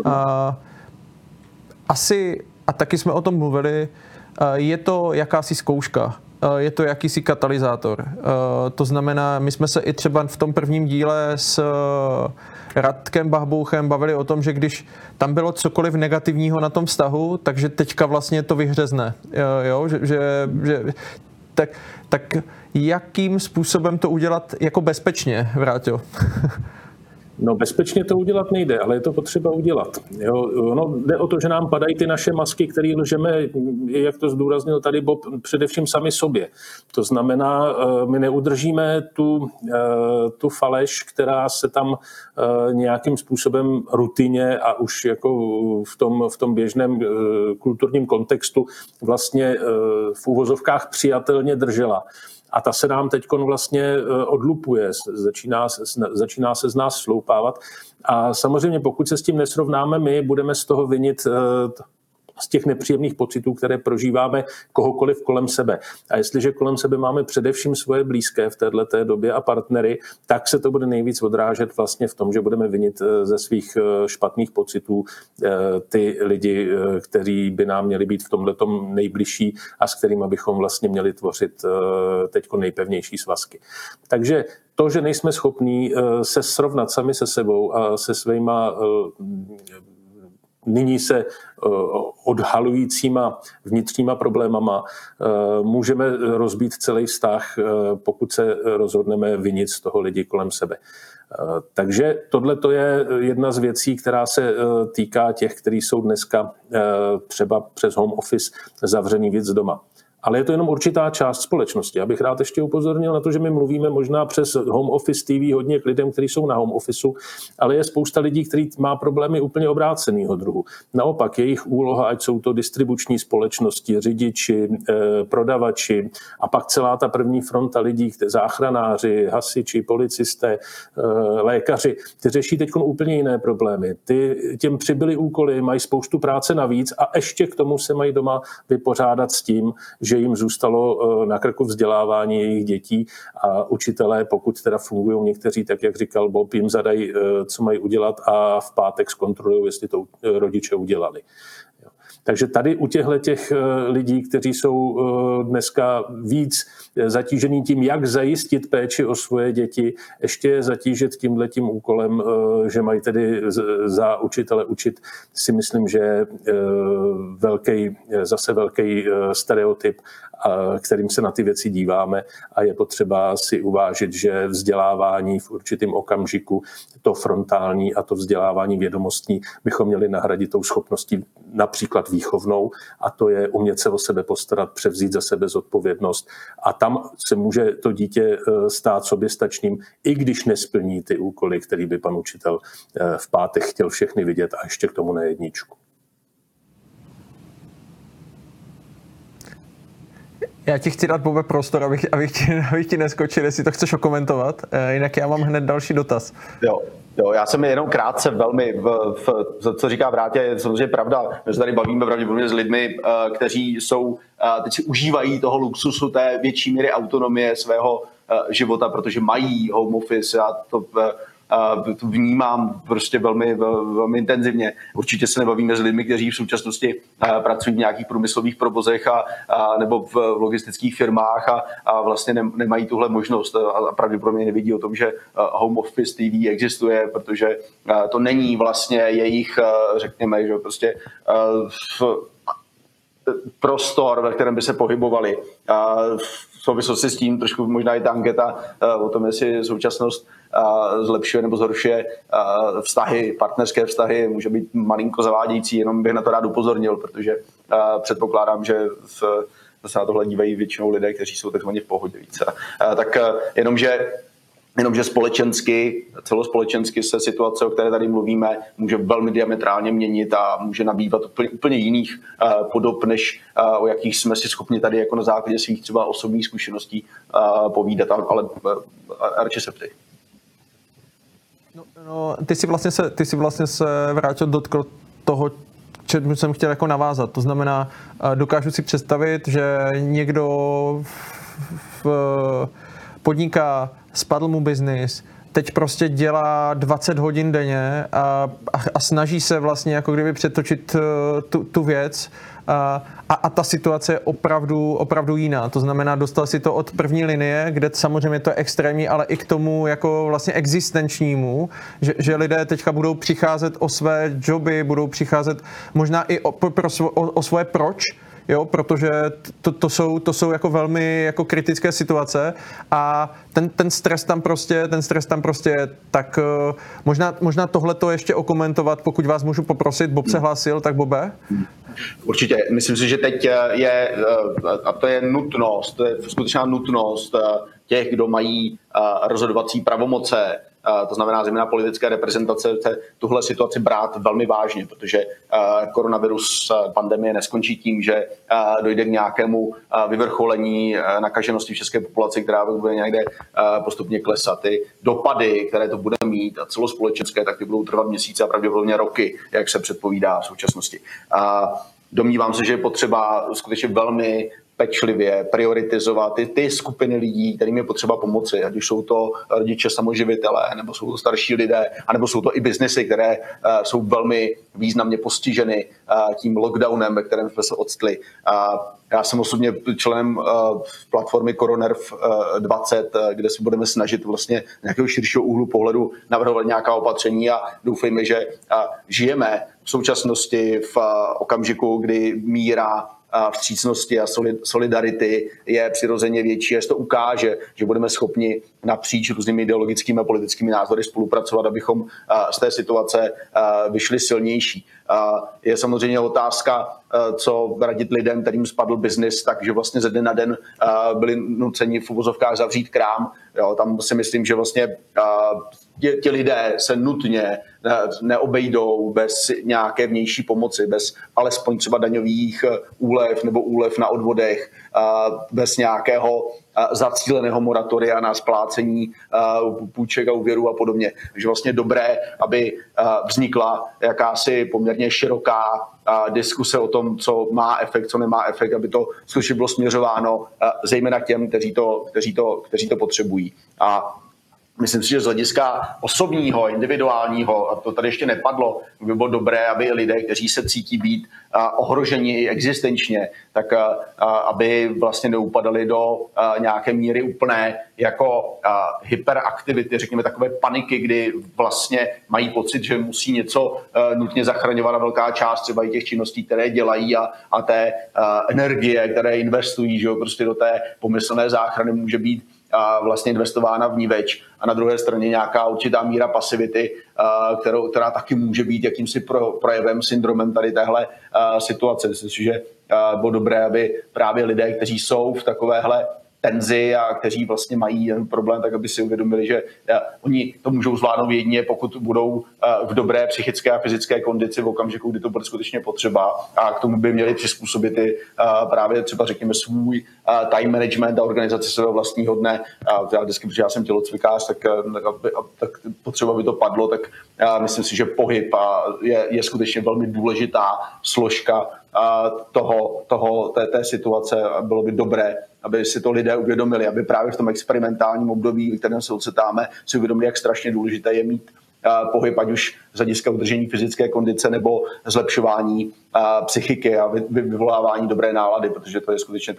Asi, a taky jsme o tom mluvili, je to jakási zkouška. Je to jakýsi katalyzátor. To znamená, my jsme se i třeba v tom prvním díle s Radkem Bahbouchem bavili o tom, že když tam bylo cokoliv negativního na tom vztahu, takže teďka vlastně to vyhřezne. Jo? Tak jakým způsobem to udělat jako bezpečně, Vráťo? No bezpečně to udělat nejde, ale je to potřeba udělat. Jo, jde o to, že nám padají ty naše masky, které lžeme, jak to zdůraznil tady Bob, především sami sobě. To znamená, my neudržíme tu faleš, která se tam nějakým způsobem rutině a už jako v tom běžném kulturním kontextu vlastně v uvozovkách přijatelně držela. A ta se nám teď vlastně odlupuje, začíná se z nás sloupávat. A samozřejmě pokud se s tím nesrovnáme my, budeme z toho vinit z těch nepříjemných pocitů, které prožíváme kohokoliv kolem sebe. A jestliže kolem sebe máme především svoje blízké v této době a partnery, tak se to bude nejvíc odrážet vlastně v tom, že budeme vinit ze svých špatných pocitů ty lidi, kteří by nám měli být v tomhletom nejbližší a s kterými bychom vlastně měli tvořit teďko nejpevnější svazky. Takže to, že nejsme schopní se srovnat sami se sebou a se svýma nyní se odhalujícíma vnitřníma problémama můžeme rozbít celý vztah, pokud se rozhodneme vinit z toho lidi kolem sebe. Takže tohle to je jedna z věcí, která se týká těch, kteří jsou dneska třeba přes home office zavřený víc doma. ale je to jenom určitá část společnosti. Já bych rád ještě upozornil na to, že my mluvíme možná přes Home Office TV hodně k lidem, kteří jsou na home officeu, ale je spousta lidí, kteří má problémy úplně obráceného druhu. Naopak jejich úloha, ať jsou to distribuční společnosti, řidiči, prodavači a pak celá ta první fronta lidí, záchranáři, hasiči, policisté, lékaři, kteří řeší teď úplně jiné problémy. Těm přibyly úkoly, mají spoustu práce navíc a ještě k tomu se mají doma vypořádat s tím, že jim zůstalo na krku vzdělávání jejich dětí a učitelé, pokud teda fungují někteří, tak jak říkal Bob, jim zadají, co mají udělat a v pátek zkontrolují, jestli to rodiče udělali. Takže tady u těch lidí, kteří jsou dneska víc zatížený tím, jak zajistit péči o svoje děti, ještě zatížit tímhletím úkolem, že mají tedy za učitele učit, si myslím, že zase velký stereotyp, kterým se na ty věci díváme a je potřeba si uvážit, že vzdělávání v určitém okamžiku, to frontální a to vzdělávání vědomostní bychom měli nahradit tou schopností například výchovnou a to je umět se o sebe postarat, převzít za sebe zodpovědnost a tam se může to dítě stát soběstačným, i když nesplní ty úkoly, který by pan učitel v pátek chtěl všechny vidět a ještě k tomu na jedničku. Já ti chci dát, Bobe, prostor, abych ti neskočil, jestli to chceš okomentovat, jinak já mám hned další dotaz. Jo, já jsem jenom krátce velmi, co říká Vrátě, je samozřejmě pravda, my se tady bavíme pravděpodobně s lidmi, kteří teď si užívají toho luxusu té větší míry autonomie svého života, protože mají home office, já to vnímám prostě velmi, velmi intenzivně. Určitě se nebavíme s lidmi, kteří v současnosti pracují v nějakých průmyslových provozech nebo v logistických firmách a vlastně nemají tuhle možnost a pravděpodobně nevidí o tom, že Home Office TV existuje, protože to není vlastně jejich, řekněme, že prostě prostor, ve kterém by se pohybovali. V souvislosti s tím trošku možná i ta anketa o tom, jestli současnost zlepšuje nebo zhoršuje vztahy, partnerské vztahy, může být malinko zavádějící, jenom bych na to rád upozornil, protože předpokládám, že se na tohle dívají většinou lidé, kteří jsou takzvaně v pohodě více. Tak jenomže společensky, celospolečensky se situace, o které tady mluvíme, může velmi diametrálně měnit a může nabývat úplně jiných podob, než o jakých jsme si schopni tady jako na základě svých třeba osobních zkušeností povídat, ale radši se ptej. No, ty si vlastně se vrátil dotkl toho, čemu jsem chtěl jako navázat. To znamená, dokážu si představit, že někdo podniká, spadl mu biznis, teď prostě dělá 20 hodin denně a snaží se vlastně jako kdyby přetočit tu věc a ta situace je opravdu jiná. To znamená, dostal si to od první linie, kde samozřejmě to je extrémní, ale i k tomu jako vlastně existenčnímu, že lidé teďka budou přicházet o své joby, budou přicházet možná i o svoje proč, jo, protože to jsou jako velmi jako kritické situace a ten stres tam prostě tak možná tohleto ještě okomentovat, pokud vás můžu poprosit. Bob se hlásil, tak Bobe? Určitě. Myslím si, že teď je, a to je nutnost, to je skutečná nutnost těch, kdo mají rozhodovací pravomoce, to znamená zejména politické reprezentace, tuhle situaci brát velmi vážně, protože koronavirus pandemie neskončí tím, že dojde k nějakému vyvrcholení nakaženosti v české populaci, která bude někde postupně klesat. Ty dopady, které to bude mít a celospolečenské, tak ty budou trvat měsíce a pravděpodobně roky, jak se předpovídá v současnosti. Domnívám se, že je potřeba skutečně velmi pečlivě prioritizovat ty skupiny lidí, kterým je potřeba pomoci, ať už jsou to rodiče samoživitelé, nebo jsou to starší lidé, anebo jsou to i biznesy, které jsou velmi významně postiženy tím lockdownem, ve kterém jsme se odstli. Já jsem osobně členem platformy Coronerv 20, kde se budeme snažit vlastně nějakého širšího úhlu pohledu navrhovat nějaká opatření a doufejme, že žijeme v současnosti v okamžiku, kdy míra vstřícnosti a solidarity je přirozeně větší, až to ukáže, že budeme schopni napříč různými ideologickými a politickými názory spolupracovat, abychom z té situace vyšli silnější. Je samozřejmě otázka, co radit lidem, kterým spadl biznis, takže vlastně ze dne na den byli nuceni v uvozovkách zavřít krám. Jo, tam si myslím, že vlastně ti lidé se nutně neobejdou bez nějaké vnější pomoci, bez alespoň třeba daňových úlev nebo úlev na odvodech, bez nějakého zacíleného moratoria na splácení půjček a úvěrů a podobně. Takže vlastně dobré, aby vznikla jakási poměrně široká diskuse o tom, co má efekt, co nemá efekt, aby to skutečně bylo směřováno zejména těm, kteří to potřebují. A myslím si, že z hlediska osobního, individuálního, a to tady ještě nepadlo, by bylo dobré, aby lidé, kteří se cítí být ohroženi i existenčně, tak aby vlastně neupadali do nějaké míry úplné jako hyperaktivity, řekněme takové paniky, kdy vlastně mají pocit, že musí něco nutně zachraňovat a velká část třeba i těch činností, které dělají a té energie, které investují, že jo, prostě do té pomyslné záchrany může být vlastně investována v ní več a na druhé straně nějaká určitá míra pasivity, která taky může být jakýmsi projevem, syndromem tady téhle situace. Myslím si, že bylo dobré, aby právě lidé, kteří jsou v takovéhle tenzi a kteří vlastně mají ten problém, tak aby si uvědomili, že oni to můžou zvládnout jedině, pokud budou v dobré psychické a fyzické kondici v okamžiku, kdy to bude skutečně potřeba, a k tomu by měli přizpůsobit i právě třeba řekněme svůj time management a organizaci svého vlastního dne. Já vždycky, protože já jsem tělocvikář, tak potřeba by to padlo, tak myslím si, že pohyb je skutečně velmi důležitá složka té situace. Bylo by dobré, aby si to lidé uvědomili, aby právě v tom experimentálním období, v kterém se ocitáme, si uvědomili, jak strašně důležité je mít pohyb, ať už z hlediska udržení fyzické kondice nebo zlepšování psychiky a vyvolávání dobré nálady, protože to je skutečně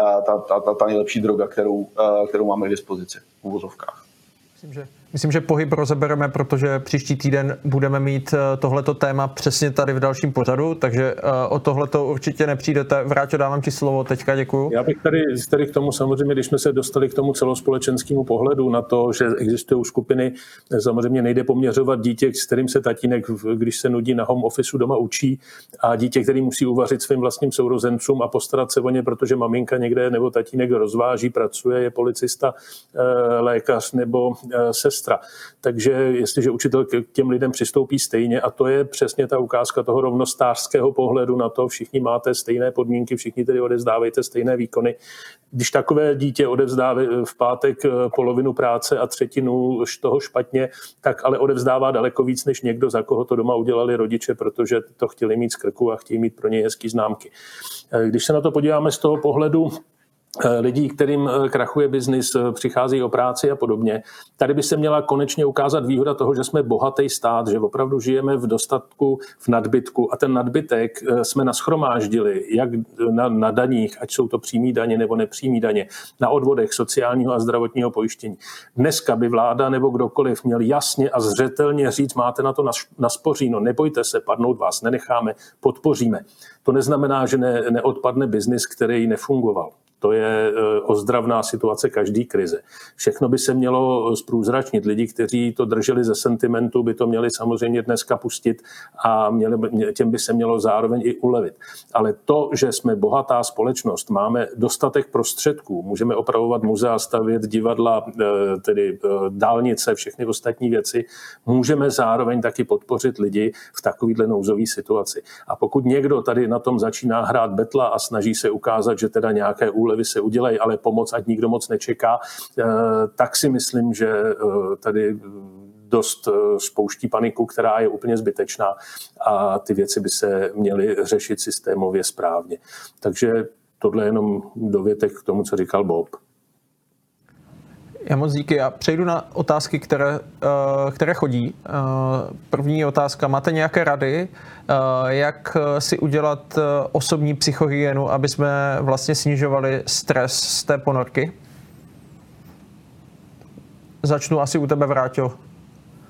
ta nejlepší droga, kterou máme k dispozici v uvozovkách. Myslím, že pohyb rozebereme, protože příští týden budeme mít tohleto téma přesně tady v dalším pořadu, takže o tohleto určitě nepřijdete. Vráťo, dávám ti slovo teďka, děkuju. Já bych tady k tomu samozřejmě, když jsme se dostali k tomu celospolečenskému pohledu na to, že existují skupiny, samozřejmě nejde poměřovat dítě, s kterým se tatínek, když se nudí na home officeu doma učí, a dítě, který musí uvařit svým vlastním sourozencům a postarat se o ně, protože maminka někde nebo tatínek rozváží, pracuje, je policista, lékař nebo sestra. Takže jestliže učitel k těm lidem přistoupí stejně, a to je přesně ta ukázka toho rovnostářského pohledu na to, všichni máte stejné podmínky, všichni tedy odevzdávejte stejné výkony. Když takové dítě odevzdá v pátek polovinu práce a třetinu toho špatně, tak ale odevzdává daleko víc než někdo, za koho to doma udělali rodiče, protože to chtěli mít z krku a chtějí mít pro něj hezký známky. Když se na to podíváme z toho pohledu lidí, kterým krachuje biznis, přicházejí o práci a podobně. Tady by se měla konečně ukázat výhoda toho, že jsme bohatý stát, že opravdu žijeme v dostatku, v nadbytku a ten nadbytek jsme nashromáždili jak na daních, ať jsou to přímý daně nebo nepřímý daně, na odvodech sociálního a zdravotního pojištění. Dneska by vláda nebo kdokoliv měl jasně a zřetelně říct, máte na to naspoříno, nebojte se, padnout vás nenecháme, podpoříme. To neznamená, že neodpadne biznis, který nefungoval. To je ozdravná situace každý krize. Všechno by se mělo zprůzračnit. Lidi, kteří to drželi ze sentimentu, by to měli samozřejmě dneska pustit a těm by se mělo zároveň i ulevit. Ale to, že jsme bohatá společnost, máme dostatek prostředků, můžeme opravovat muzea, stavět divadla, tedy dálnice, všechny ostatní věci, můžeme zároveň taky podpořit lidi v takovýhle nouzové situaci. A pokud někdo tady na tom začíná hrát betla a snaží se ukázat, že teda nějaké úlevy se udělají, ale pomoc, ať nikdo moc nečeká, tak si myslím, že tady dost spouští paniku, která je úplně zbytečná a ty věci by se měly řešit systémově správně. Takže tohle je jenom dovětek k tomu, co říkal Bob. Já moc díky. Já přejdu na otázky, které chodí. První otázka. Máte nějaké rady, jak si udělat osobní psychohygienu, aby jsme vlastně snižovali stres z té ponorky? Začnu asi u tebe, Vráťo.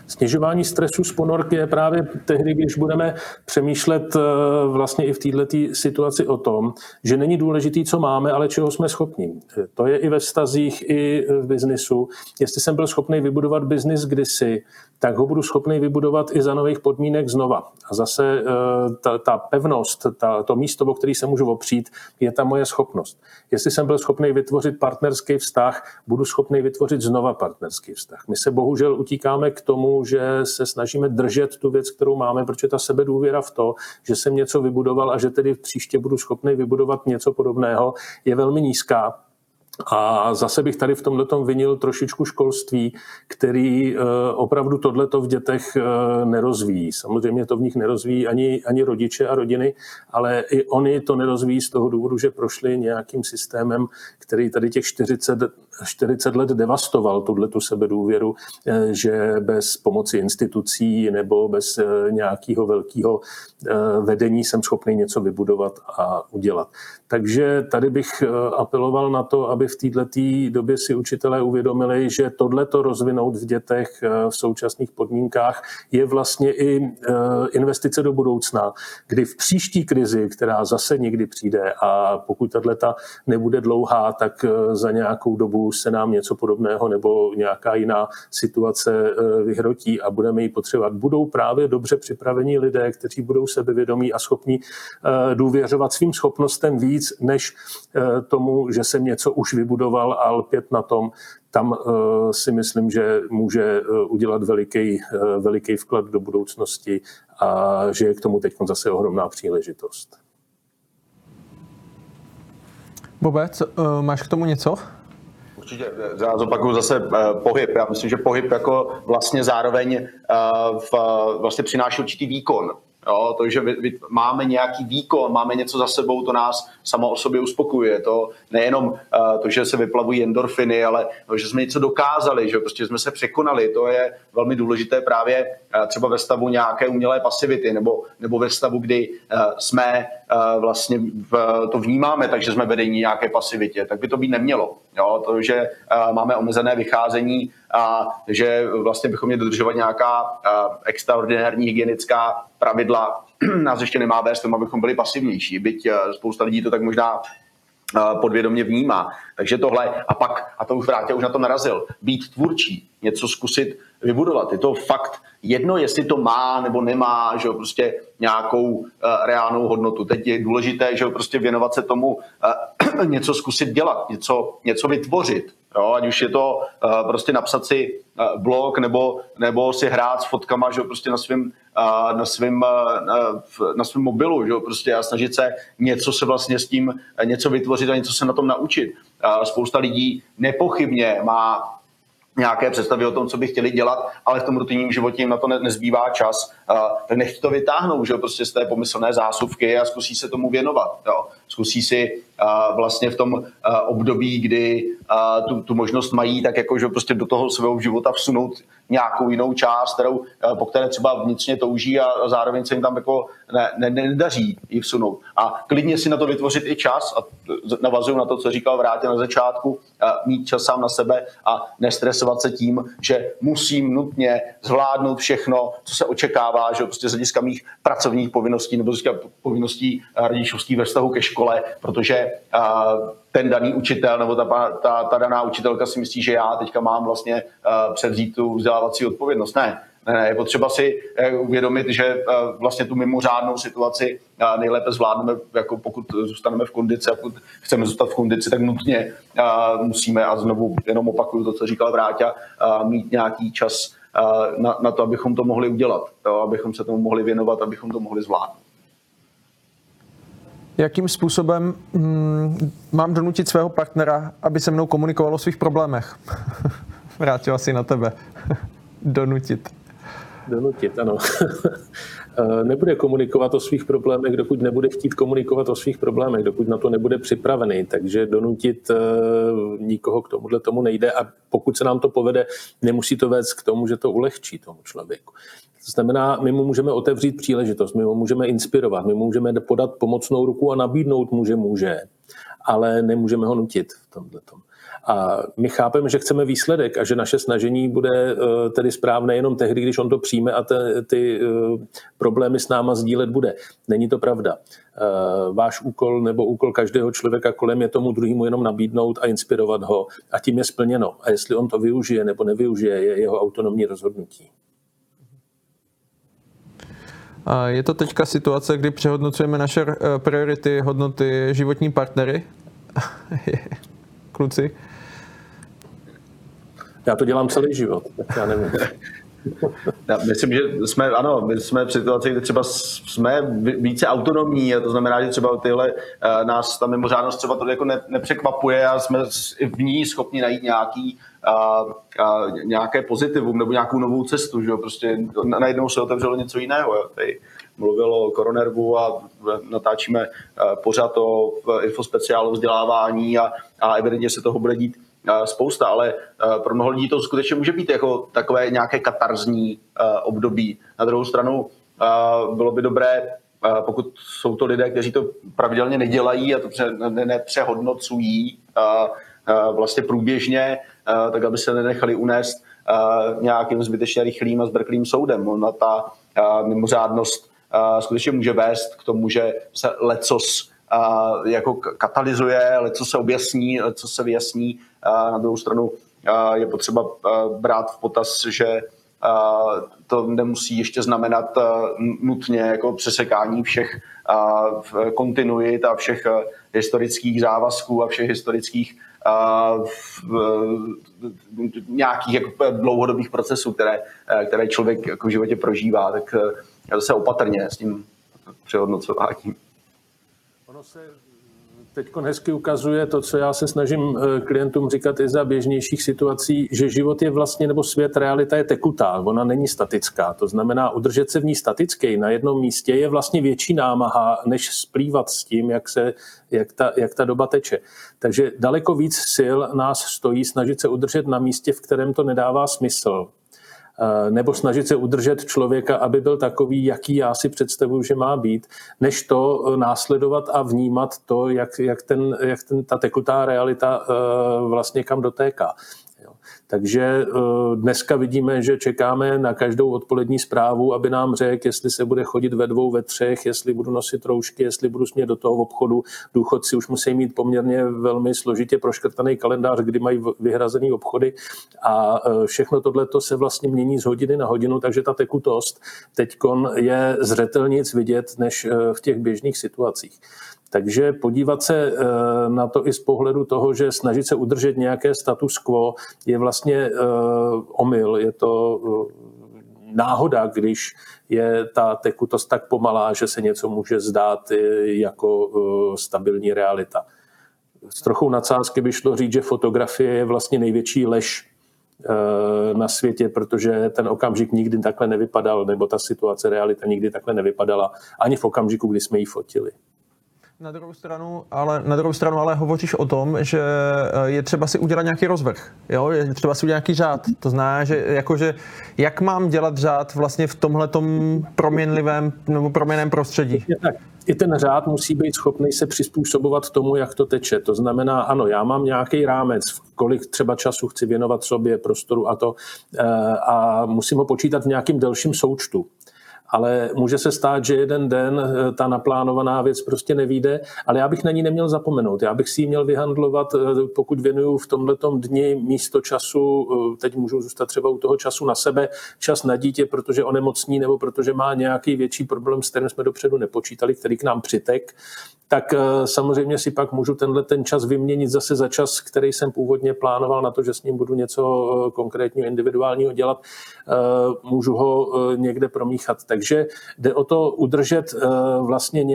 Snižování stresu z ponorky je právě tehdy, když budeme přemýšlet vlastně i v této situaci o tom, že není důležitý, co máme, ale čeho jsme schopni. To je i ve vztazích, i v biznisu. Jestli jsem byl schopný vybudovat biznis kdysi, tak ho budu schopný vybudovat i za nových podmínek znova. A zase ta pevnost, to místo, o který se můžu opřít, je ta moje schopnost. Jestli jsem byl schopný vytvořit partnerský vztah, budu schopný vytvořit znova partnerský vztah. My se bohužel utíkáme k tomu, že se snažíme držet tu věc, kterou máme, protože ta sebedůvěra v to, že jsem něco vybudoval a že tedy příště budu schopný vybudovat něco podobného, je velmi nízká. A zase bych tady v tomhletom vinil trošičku školství, který opravdu tohleto v dětech nerozvíjí. Samozřejmě to v nich nerozvíjí ani rodiče a rodiny, ale i oni to nerozvíjí z toho důvodu, že prošli nějakým systémem, který tady těch 40 let devastoval tuhletu sebedůvěru, že bez pomoci institucí nebo bez nějakého velkého vedení jsem schopný něco vybudovat a udělat. Takže tady bych apeloval na to, aby v této době si učitelé uvědomili, že tohleto rozvinout v dětech v současných podmínkách je vlastně i investice do budoucna, kdy v příští krizi, která zase někdy přijde a pokud tato nebude dlouhá, tak za nějakou dobu se nám něco podobného nebo nějaká jiná situace vyhrotí a budeme ji potřebovat. Budou právě dobře připravení lidé, kteří budou sebevědomí a schopní důvěřovat svým schopnostem víc, než tomu, že jsem něco už vybudoval a lpět na tom. Tam si myslím, že může udělat veliký vklad do budoucnosti a že je k tomu teď zase ohromná příležitost. Bobe, máš k tomu něco? Určitě, já zopakuju zase pohyb. Já myslím, že pohyb jako vlastně zároveň vlastně přináší určitý výkon. Jo, to, že máme nějaký výkon, máme něco za sebou, to nás samo o sobě uspokojuje. To nejenom to, že se vyplavují endorfiny, ale to, že jsme něco dokázali, že prostě jsme se překonali. To je velmi důležité právě třeba ve stavu nějaké umělé pasivity nebo ve stavu, kdy jsme vlastně to vnímáme, takže jsme vedení nějaké pasivitě. Tak by to být nemělo. Jo, to, že máme omezené vycházení a že vlastně bychom měli dodržovat nějaká extraordinární hygienická pravidla, nás ještě nemá vést tomu, abychom byli pasivnější. Byť spousta lidí to tak možná podvědomě vnímá. Takže tohle a pak, a to už Vráťa už na to narazil, být tvůrčí, něco zkusit vybudovat. Je to fakt jedno, jestli to má nebo nemá, že prostě nějakou reálnou hodnotu. Teď je důležité, že prostě věnovat se tomu, něco zkusit dělat, něco vytvořit. Jo, ať už je to prostě napsat si blog nebo si hrát s fotkama, že prostě na svém mobilu, že prostě a snažit se něco se vlastně s tím něco vytvořit a něco se na tom naučit. Spousta lidí nepochybně má nějaké představy o tom, co by chtěli dělat, ale v tom rutinním životě jim na to nezbývá čas, tak nechť to vytáhnou, že prostě z té pomyslné zásuvky a zkusí se tomu věnovat. Jo. Zkusí si vlastně v tom období, kdy tu možnost mají, tak jako, že prostě do toho svého života vsunout nějakou jinou část, po které třeba vnitřně touží a zároveň se jim tam jako nedaří ji vsunout. A klidně si na to vytvořit i čas, a navazuju na to, co říkal Vráťa na začátku, mít čas sám na sebe a nestresovat se tím, že musím nutně zvládnout všechno, co se očekává, že prostě z hlediska mých pracovních povinností nebo z hlediska povinností rodičovských ve vztahu ke škole, protože ten daný učitel nebo ta daná učitelka si myslí, že já teďka mám vlastně převzít tu vzdělávací odpovědnost. Ne, je potřeba si uvědomit, že vlastně tu mimořádnou situaci nejlépe zvládneme, jako pokud zůstaneme v kondici a pokud chceme zůstat v kondici, tak nutně musíme, a znovu jenom opakuju to, co říkal Vráťa, mít nějaký čas na to, abychom to mohli udělat, jo, abychom se tomu mohli věnovat, abychom to mohli zvládnout. Jakým způsobem mám donutit svého partnera, aby se mnou komunikoval o svých problémech? Vrátil asi na tebe. Donutit, ano. Nebude komunikovat o svých problémech, dokud nebude chtít komunikovat o svých problémech, dokud na to nebude připravený. Takže donutit nikoho k tomu nejde a pokud se nám to povede, nemusí to vést k tomu, že to ulehčí tomu člověku. To znamená, my mu můžeme otevřít příležitost, my mu můžeme inspirovat, my mu můžeme podat pomocnou ruku a nabídnout může, ale nemůžeme ho nutit v tomhletom. A my chápeme, že chceme výsledek a že naše snažení bude tedy správné jenom tehdy, když on to přijme a ty problémy s náma sdílet bude. Není to pravda. Váš úkol nebo úkol každého člověka kolem je tomu druhému jenom nabídnout a inspirovat ho a tím je splněno. A jestli on to využije nebo nevyužije, je jeho autonomní rozhodnutí. A je to teďka situace, kdy přehodnocujeme naše priority, hodnoty, životní partnery? Kluci? Já to dělám celý život, tak já nevím. Já myslím, že my jsme v situaci, kde třeba jsme více autonomní, a to znamená, že třeba tyhle nás ta mimořádnost třeba to jako nepřekvapuje a jsme v ní schopni najít nějaké pozitivum nebo nějakou novou cestu, že jo? Prostě najednou se otevřelo něco jiného. Jo? Tady mluvil o Koronervu a natáčíme pořád o infospeciálu vzdělávání a evidentně se toho bude dít spousta, ale pro mnoho lidí to skutečně může být jako takové nějaké katarzní období. Na druhou stranu bylo by dobré, pokud jsou to lidé, kteří to pravidelně nedělají a to nepřehodnocují vlastně průběžně, tak aby se nenechali unést nějakým zbytečně rychlým a zbrklým soudem. Ona ta mimořádnost skutečně může vést k tomu, že se lecos jako katalyzuje, lecos se objasní, lecos se vyjasní. Na druhou stranu je potřeba brát v potaz, že to nemusí ještě znamenat nutně jako přesekání všech kontinuit a všech historických závazků a všech historických nějakých jako dlouhodobých procesů, které člověk jako v životě prožívá, tak se opatrně s tím přehodnocováním. Ono se teď hezky ukazuje to, co já se snažím klientům říkat i za běžnějších situací, že život je vlastně, nebo svět, realita je tekutá, ona není statická. To znamená, udržet se v ní statický na jednom místě je vlastně větší námaha, než splývat s tím, jak ta doba teče. Takže daleko víc sil nás stojí snažit se udržet na místě, v kterém to nedává smysl. Nebo snažit se udržet člověka, aby byl takový, jaký já si představuji, že má být, než to následovat a vnímat to, jak ta tekutá realita vlastně kam dotéká. Takže dneska vidíme, že čekáme na každou odpolední zprávu, aby nám řekl, jestli se bude chodit ve 2, ve 3, jestli budu nosit roušky, jestli budu smět do toho obchodu. Důchodci už musí mít poměrně velmi složitě proškrtaný kalendář, kdy mají vyhrazený obchody a všechno tohleto se vlastně mění z hodiny na hodinu, takže ta tekutost teďkon je zřetelnic vidět než v těch běžných situacích. Takže podívat se na to i z pohledu toho, že snažit se udržet nějaké status quo je vlastně omyl. Je to náhoda, když je ta tekutost tak pomalá, že se něco může zdát jako stabilní realita. S trochou nadsázky by šlo říct, že fotografie je vlastně největší lež na světě, protože ten okamžik nikdy takhle nevypadal, nebo ta situace, realita nikdy takhle nevypadala, ani v okamžiku, kdy jsme ji fotili. Na druhou stranu ale hovoříš o tom, že je třeba si udělat nějaký rozvrh, jo? Je třeba si udělat nějaký řád. To znamená, že jak mám dělat řád vlastně v tomhletom proměnlivém nebo proměnném prostředí? Tak. I ten řád musí být schopný se přizpůsobovat tomu, jak to teče. To znamená, ano, já mám nějaký rámec, kolik třeba času chci věnovat sobě, prostoru a musím ho počítat v nějakým delším součtu. Ale může se stát, že jeden den ta naplánovaná věc prostě nevyjde, ale já bych na ní neměl zapomenout. Já bych si ji měl vyhandlovat, pokud věnuju v tomhletom dni místo času, teď můžu zůstat třeba u toho času na sebe, čas na dítě, protože onemocní nebo protože má nějaký větší problém, s kterým jsme dopředu nepočítali, který k nám přitek, tak samozřejmě si pak můžu ten čas vyměnit zase za čas, který jsem původně plánoval na to, že s ním budu něco konkrétního, individuálního dělat. Můžu ho někde promíchat. Takže jde o to udržet vlastně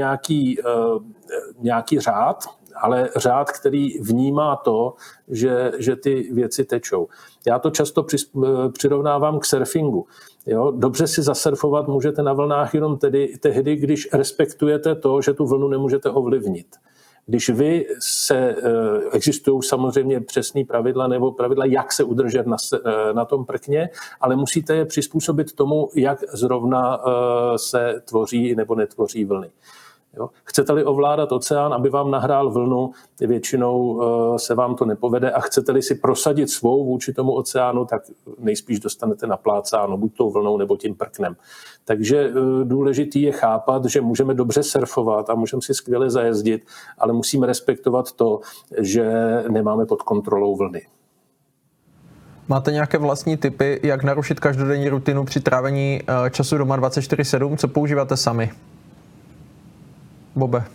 nějaký řád, ale řád, který vnímá to, že ty věci tečou. Já to často přirovnávám k surfingu. Jo? Dobře si zasurfovat můžete na vlnách jenom tehdy, když respektujete to, že tu vlnu nemůžete ovlivnit. Když existují samozřejmě přesný pravidla nebo pravidla, jak se udržet na tom prkně, ale musíte je přizpůsobit tomu, jak zrovna se tvoří nebo netvoří vlny. Jo? Chcete-li ovládat oceán, aby vám nahrál vlnu, většinou se vám to nepovede a chcete-li si prosadit svou vůči tomu oceánu, tak nejspíš dostanete naplácáno buď tou vlnou nebo tím prknem. Takže důležitý je chápat, že můžeme dobře surfovat a můžeme si skvěle zajezdit, ale musíme respektovat to, že nemáme pod kontrolou vlny. Máte nějaké vlastní tipy, jak narušit každodenní rutinu při trávení času doma 24/7? Co používáte sami? Bobe.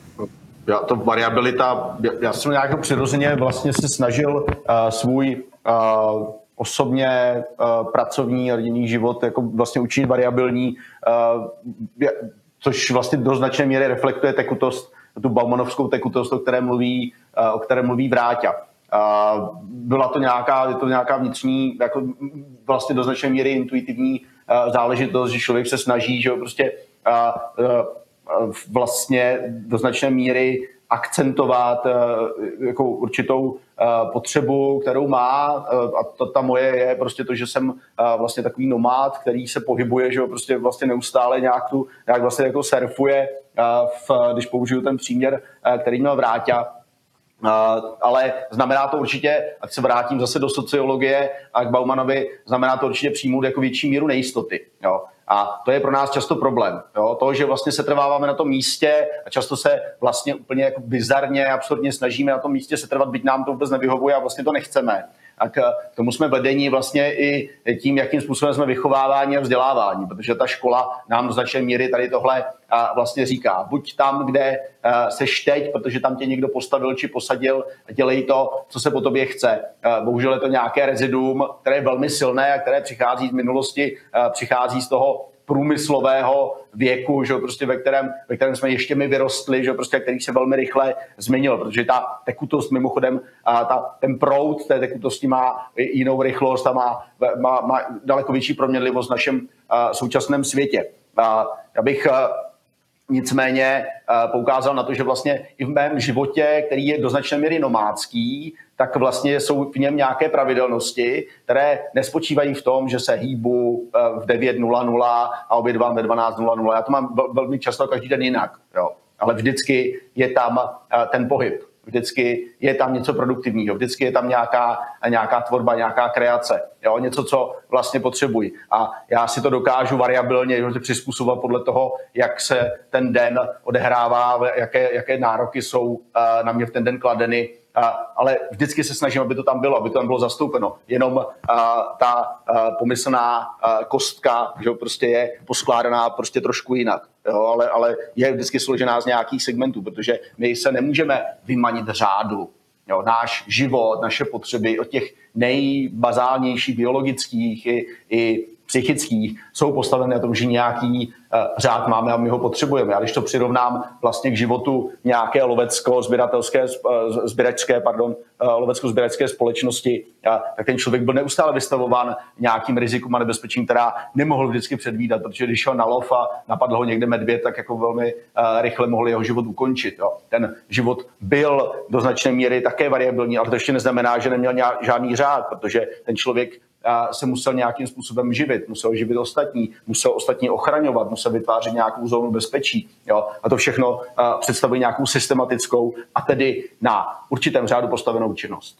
Já jsem nějak přirozeně vlastně se snažil svůj osobně pracovní a rodinný život jako vlastně učinit variabilní, což vlastně do značné míry reflektuje tekutost, tu baumanovskou tekutost, o které mluví Vráťa. Byla to nějaká vnitřní, jako vlastně do značné míry intuitivní záležitost, že člověk se snaží, že prostě vlastně do značné míry akcentovat jako určitou potřebu, kterou má, a ta moje je prostě to, že jsem vlastně takový nomád, který se pohybuje, že prostě vlastně neustále nějak vlastně jako surfuje, když použiju ten příměr, který měl Vráťa. Ale znamená to určitě, ať se vrátím zase do sociologie a k Baumanovi, znamená to určitě přijmout jako větší míru nejistoty. Jo. A to je pro nás často problém. Jo. To, že vlastně se trváváme na tom místě a často se vlastně úplně jako bizarně, absurdně snažíme na tom místě se trvat, byť nám to vůbec nevyhovuje a vlastně to nechceme. A k tomu jsme vedení vlastně i tím, jakým způsobem jsme vychováváni a vzdělávání, protože ta škola nám do značné míry tady tohle vlastně říká. Buď tam, kde seš teď, protože tam tě někdo postavil či posadil, a dělej to, co se po tobě chce. Bohužel je to nějaké reziduum, které je velmi silné a které přichází z minulosti, přichází z toho průmyslového věku, že prostě ve kterém jsme ještě my vyrostli, že prostě, který se velmi rychle změnil, protože ta tekutost mimochodem, ten proud té tekutosti má jinou rychlost a má daleko větší proměnlivost v našem současném světě. Já bych nicméně poukázal na to, že vlastně i v mém životě, který je do značné míry nomádský, tak vlastně jsou v něm nějaké pravidelnosti, které nespočívají v tom, že se hýbu v 9:00 a obědvám ve 12:00. Já to mám velmi často každý den jinak, jo. Ale vždycky je tam ten pohyb. Vždycky je tam něco produktivního, vždycky je tam nějaká tvorba, nějaká kreace, jo? Něco, co vlastně potřebuji. A já si to dokážu variabilně přizpůsobovat podle toho, jak se ten den odehrává, jaké nároky jsou na mě v ten den kladeny. Ale vždycky se snažím, aby to tam bylo zastoupeno. Jenom ta pomyslná kostka, že prostě je poskládaná prostě trošku jinak. Jo, ale je vždycky složená z nějakých segmentů, protože my se nemůžeme vymanit řádu. Jo, náš život, naše potřeby od těch nejbazálnějších biologických i psychických jsou postaveny na tom, že nějaký řád máme a my ho potřebujeme. Já když to přirovnám vlastně k životu nějaké lovecko-sběračské společnosti, tak ten člověk byl neustále vystavován nějakým rizikům a nebezpečím, která nemohl vždycky předvídat, protože když šel na lov a napadl ho někde medvěd, tak jako velmi rychle mohl jeho život ukončit. Jo. Ten život byl do značné míry také variabilní, ale to ještě neznamená, že neměl žádný řád, protože ten člověk se musel nějakým způsobem živit, musel živit ostatní, musel ostatní ochraňovat, musel vytvářet nějakou zónu bezpečí. Jo? A to všechno představuje nějakou systematickou a tedy na určitém řádu postavenou činnost.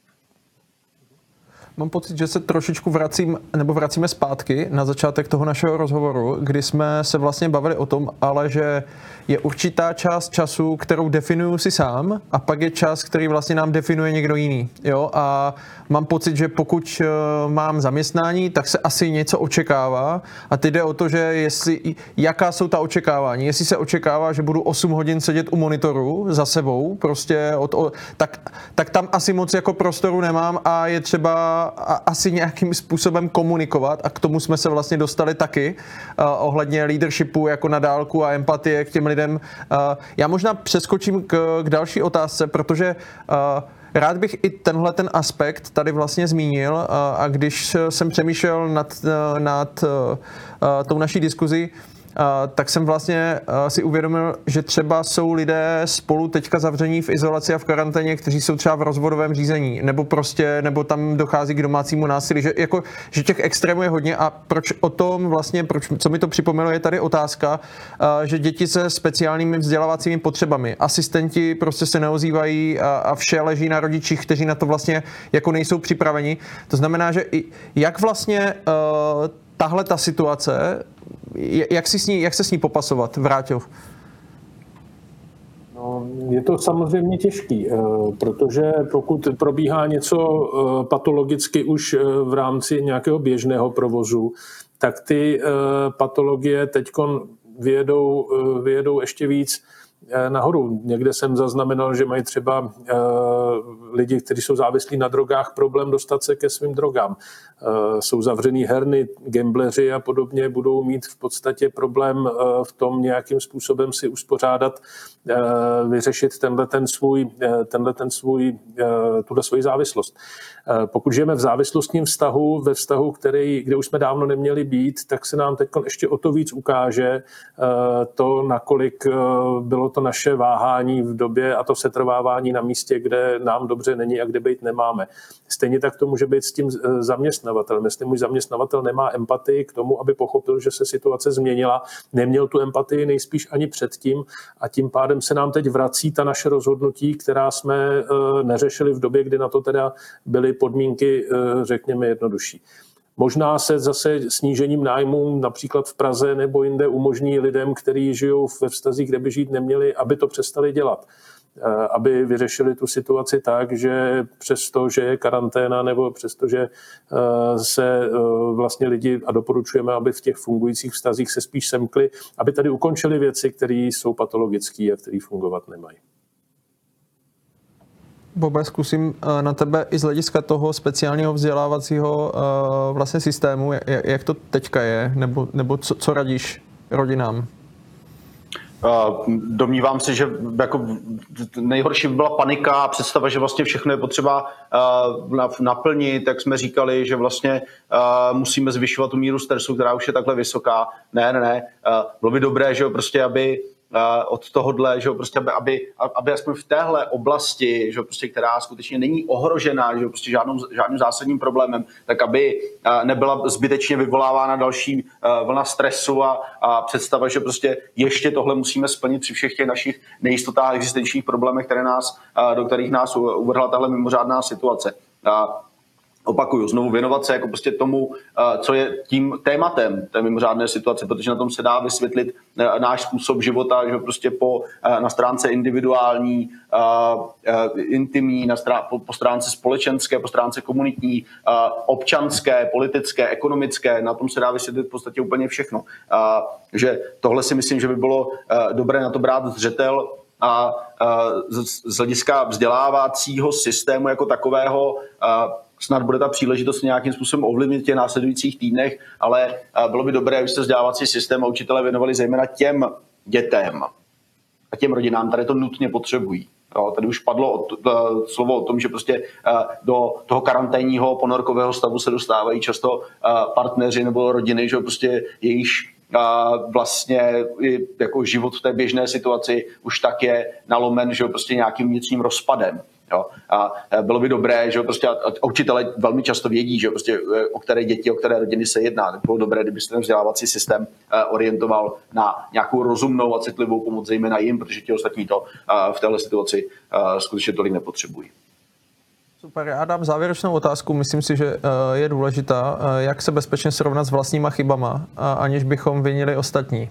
Mám pocit, že se trošičku vracíme zpátky na začátek toho našeho rozhovoru, kdy jsme se vlastně bavili o tom, ale že je určitá část času, kterou definuju si sám, a pak je čas, který vlastně nám definuje někdo jiný. Jo? A mám pocit, že pokud mám zaměstnání, tak se asi něco očekává a teď jde o to, že jaká jsou ta očekávání. Jestli se očekává, že budu 8 hodin sedět u monitoru za sebou, prostě tak tam asi moc jako prostoru nemám a je třeba asi nějakým způsobem komunikovat a k tomu jsme se vlastně dostali taky ohledně leadershipu jako na dálku a empatie k těm lidem. Já možná přeskočím k další otázce, protože rád bych i tenhle ten aspekt tady vlastně zmínil a když jsem přemýšlel nad tou naší diskuzí, tak jsem vlastně si uvědomil, že třeba jsou lidé spolu teďka zavření v izolaci a v karanténě, kteří jsou třeba v rozvodovém řízení, nebo tam dochází k domácímu násilí, že těch extrémů je hodně a co mi to připomnělo, je tady otázka, že děti se speciálními vzdělávacími potřebami, asistenti prostě se neozývají a vše leží na rodičích, kteří na to vlastně jako nejsou připraveni. To znamená, že jak vlastně tahle ta situace, jak se s ní popasovat, Vráťo? No, je to samozřejmě těžký, protože pokud probíhá něco patologicky už v rámci nějakého běžného provozu, tak ty patologie teďkon vyjedou ještě víc nahoru. Někde jsem zaznamenal, že mají třeba lidi, kteří jsou závislí na drogách, problém dostat se ke svým drogám. Jsou zavřený herny, gambleři a podobně budou mít v podstatě problém v tom nějakým způsobem si uspořádat, vyřešit tuhle svoji závislost. Pokud žijeme v závislostním vztahu, ve vztahu, kde už jsme dávno neměli být, tak se nám teď ještě o to víc ukáže to, nakolik bylo to naše váhání v době a to setrvávání na místě, kde nám dobře není a kde být nemáme. Stejně tak to může být s tím zaměstnavatelem. Jestli můj zaměstnavatel nemá empatii k tomu, aby pochopil, že se situace změnila, neměl tu empatii nejspíš ani předtím a tím pádem se nám teď vrací ta naše rozhodnutí, která jsme neřešili v době, kdy na to teda byly podmínky, řekněme, jednodušší. Možná se zase snížením nájmů například v Praze nebo jinde umožní lidem, kteří žijou ve vztazích, kde by žít neměli, aby to přestali dělat. Aby vyřešili tu situaci tak, že přesto, že je karanténa nebo přesto, že se vlastně lidi, a doporučujeme, aby v těch fungujících vztazích se spíš semkli, aby tady ukončili věci, které jsou patologické a které fungovat nemají. Bobe, zkusím na tebe i z hlediska toho speciálního vzdělávacího vlastně systému, jak to teďka je, nebo co radíš rodinám? Domnívám se, že jako nejhorší by byla panika a představa, že vlastně všechno je potřeba naplnit, tak jsme říkali, že vlastně musíme zvyšovat tu míru stresu, která už je takhle vysoká. Ne. Bylo by dobré, že prostě aby od tohohle, že prostě aby aspoň v téhle oblasti, že prostě, která skutečně není ohrožená, že prostě žádným zásadním problémem, tak aby nebyla zbytečně vyvolávána další vlna stresu a představa, že prostě ještě tohle musíme splnit při všech těch našich nejistotách, existenčních problémech, do kterých nás uvrhla tahle mimořádná situace. Opakuju, znovu věnovat se jako prostě tomu, co je tím tématem té mimořádné situace, protože na tom se dá vysvětlit náš způsob života, že prostě na stránce individuální, intimní, po stránce společenské, po stránce komunitní, občanské, politické, ekonomické, na tom se dá vysvětlit v podstatě úplně všechno. Že tohle si myslím, že by bylo dobré na to brát zřetel a z hlediska vzdělávacího systému jako takového snad bude ta příležitost nějakým způsobem ovlivnit v těch následujících týdnech, ale bylo by dobré, aby se vzdělávací systém a učitelé věnovali zejména těm dětem a těm rodinám, které to nutně potřebují. Tady už padlo slovo o tom, že prostě do toho karanténního ponorkového stavu se dostávají často partneři nebo rodiny, že prostě jejichž vlastně jako život v té běžné situaci už tak je nalomen, že prostě nějakým vnitřním rozpadem. Jo. A bylo by dobré, že prostě učitelé velmi často vědí, že prostě o které děti, o které rodiny se jedná. Tak bylo dobré, kdyby se ten vzdělávací systém orientoval na nějakou rozumnou a citlivou pomoc zejména jim, protože ti ostatní to v této situaci skutečně tolik nepotřebují. Super, já dám závěrečnou otázku, myslím si, že je důležitá. Jak se bezpečně srovnat s vlastníma chybama, aniž bychom vinili ostatní?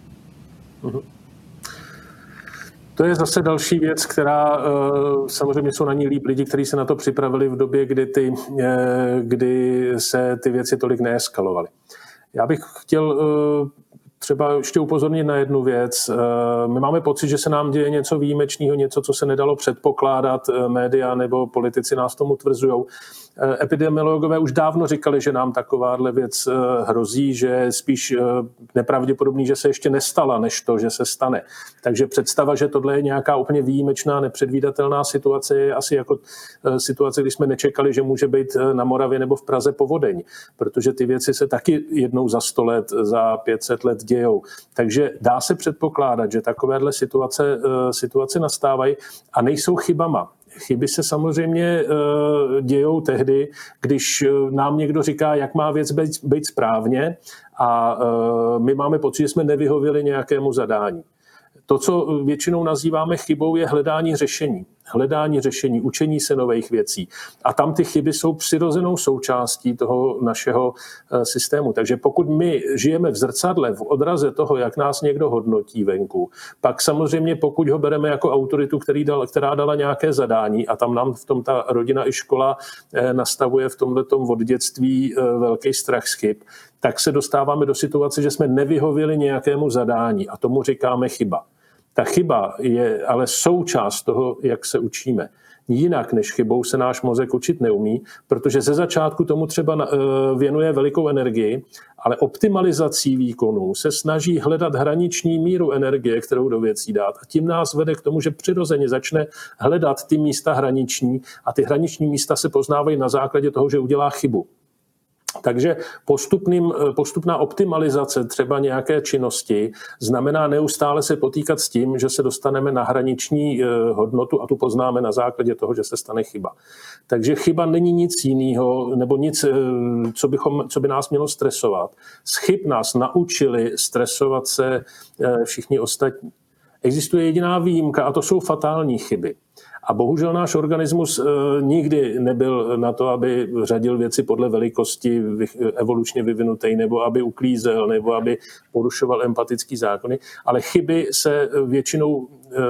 To je zase další věc, která samozřejmě jsou na ní líp lidi, kteří se na to připravili v době, kdy se ty věci tolik neeskalovaly. Já bych chtěl třeba ještě upozornit na jednu věc. My máme pocit, že se nám děje něco výjimečného, něco, co se nedalo předpokládat. Média nebo politici nás tomu tvrzujou. Epidemiologové už dávno říkali, že nám takováhle věc hrozí, že je spíš nepravděpodobný, že se ještě nestala, než to, že se stane. Takže představa, že tohle je nějaká úplně výjimečná, nepředvídatelná situace, je asi jako situace, kdy jsme nečekali, že může být na Moravě nebo v Praze povodeň, protože ty věci se taky jednou za 100 let, za 500 let dějou. Takže dá se předpokládat, že takovéhle situace nastávají a nejsou chybama. Chyby se samozřejmě dějou tehdy, když nám někdo říká, jak má věc být správně a my máme pocit, že jsme nevyhověli nějakému zadání. To, co většinou nazýváme chybou, je hledání řešení, učení se nových věcí. A tam ty chyby jsou přirozenou součástí toho našeho systému. Takže pokud my žijeme v zrcadle, v odraze toho, jak nás někdo hodnotí venku, pak samozřejmě pokud ho bereme jako autoritu, která dala nějaké zadání a tam nám v tom ta rodina i škola nastavuje v tomhletom od dětství velký strach z chyb, tak se dostáváme do situace, že jsme nevyhověli nějakému zadání a tomu říkáme chyba. Ta chyba je ale součást toho, jak se učíme. Jinak než chybou se náš mozek učit neumí, protože ze začátku tomu třeba věnuje velikou energii, ale optimalizací výkonu se snaží hledat hraniční míru energie, kterou do věcí dát. A tím nás vede k tomu, že přirozeně začne hledat ty místa hraniční a ty hraniční místa se poznávají na základě toho, že udělá chybu. Takže postupná optimalizace třeba nějaké činnosti znamená neustále se potýkat s tím, že se dostaneme na hraniční hodnotu a tu poznáme na základě toho, že se stane chyba. Takže chyba není nic jiného, nebo nic, co by nás mělo stresovat. Z chyb nás naučili stresovat se všichni ostatní. Existuje jediná výjimka a to jsou fatální chyby. A bohužel náš organismus nikdy nebyl na to, aby řadil věci podle velikosti evolučně vyvinutej, nebo aby uklízel, nebo aby porušoval empatický zákony. Ale chyby se většinou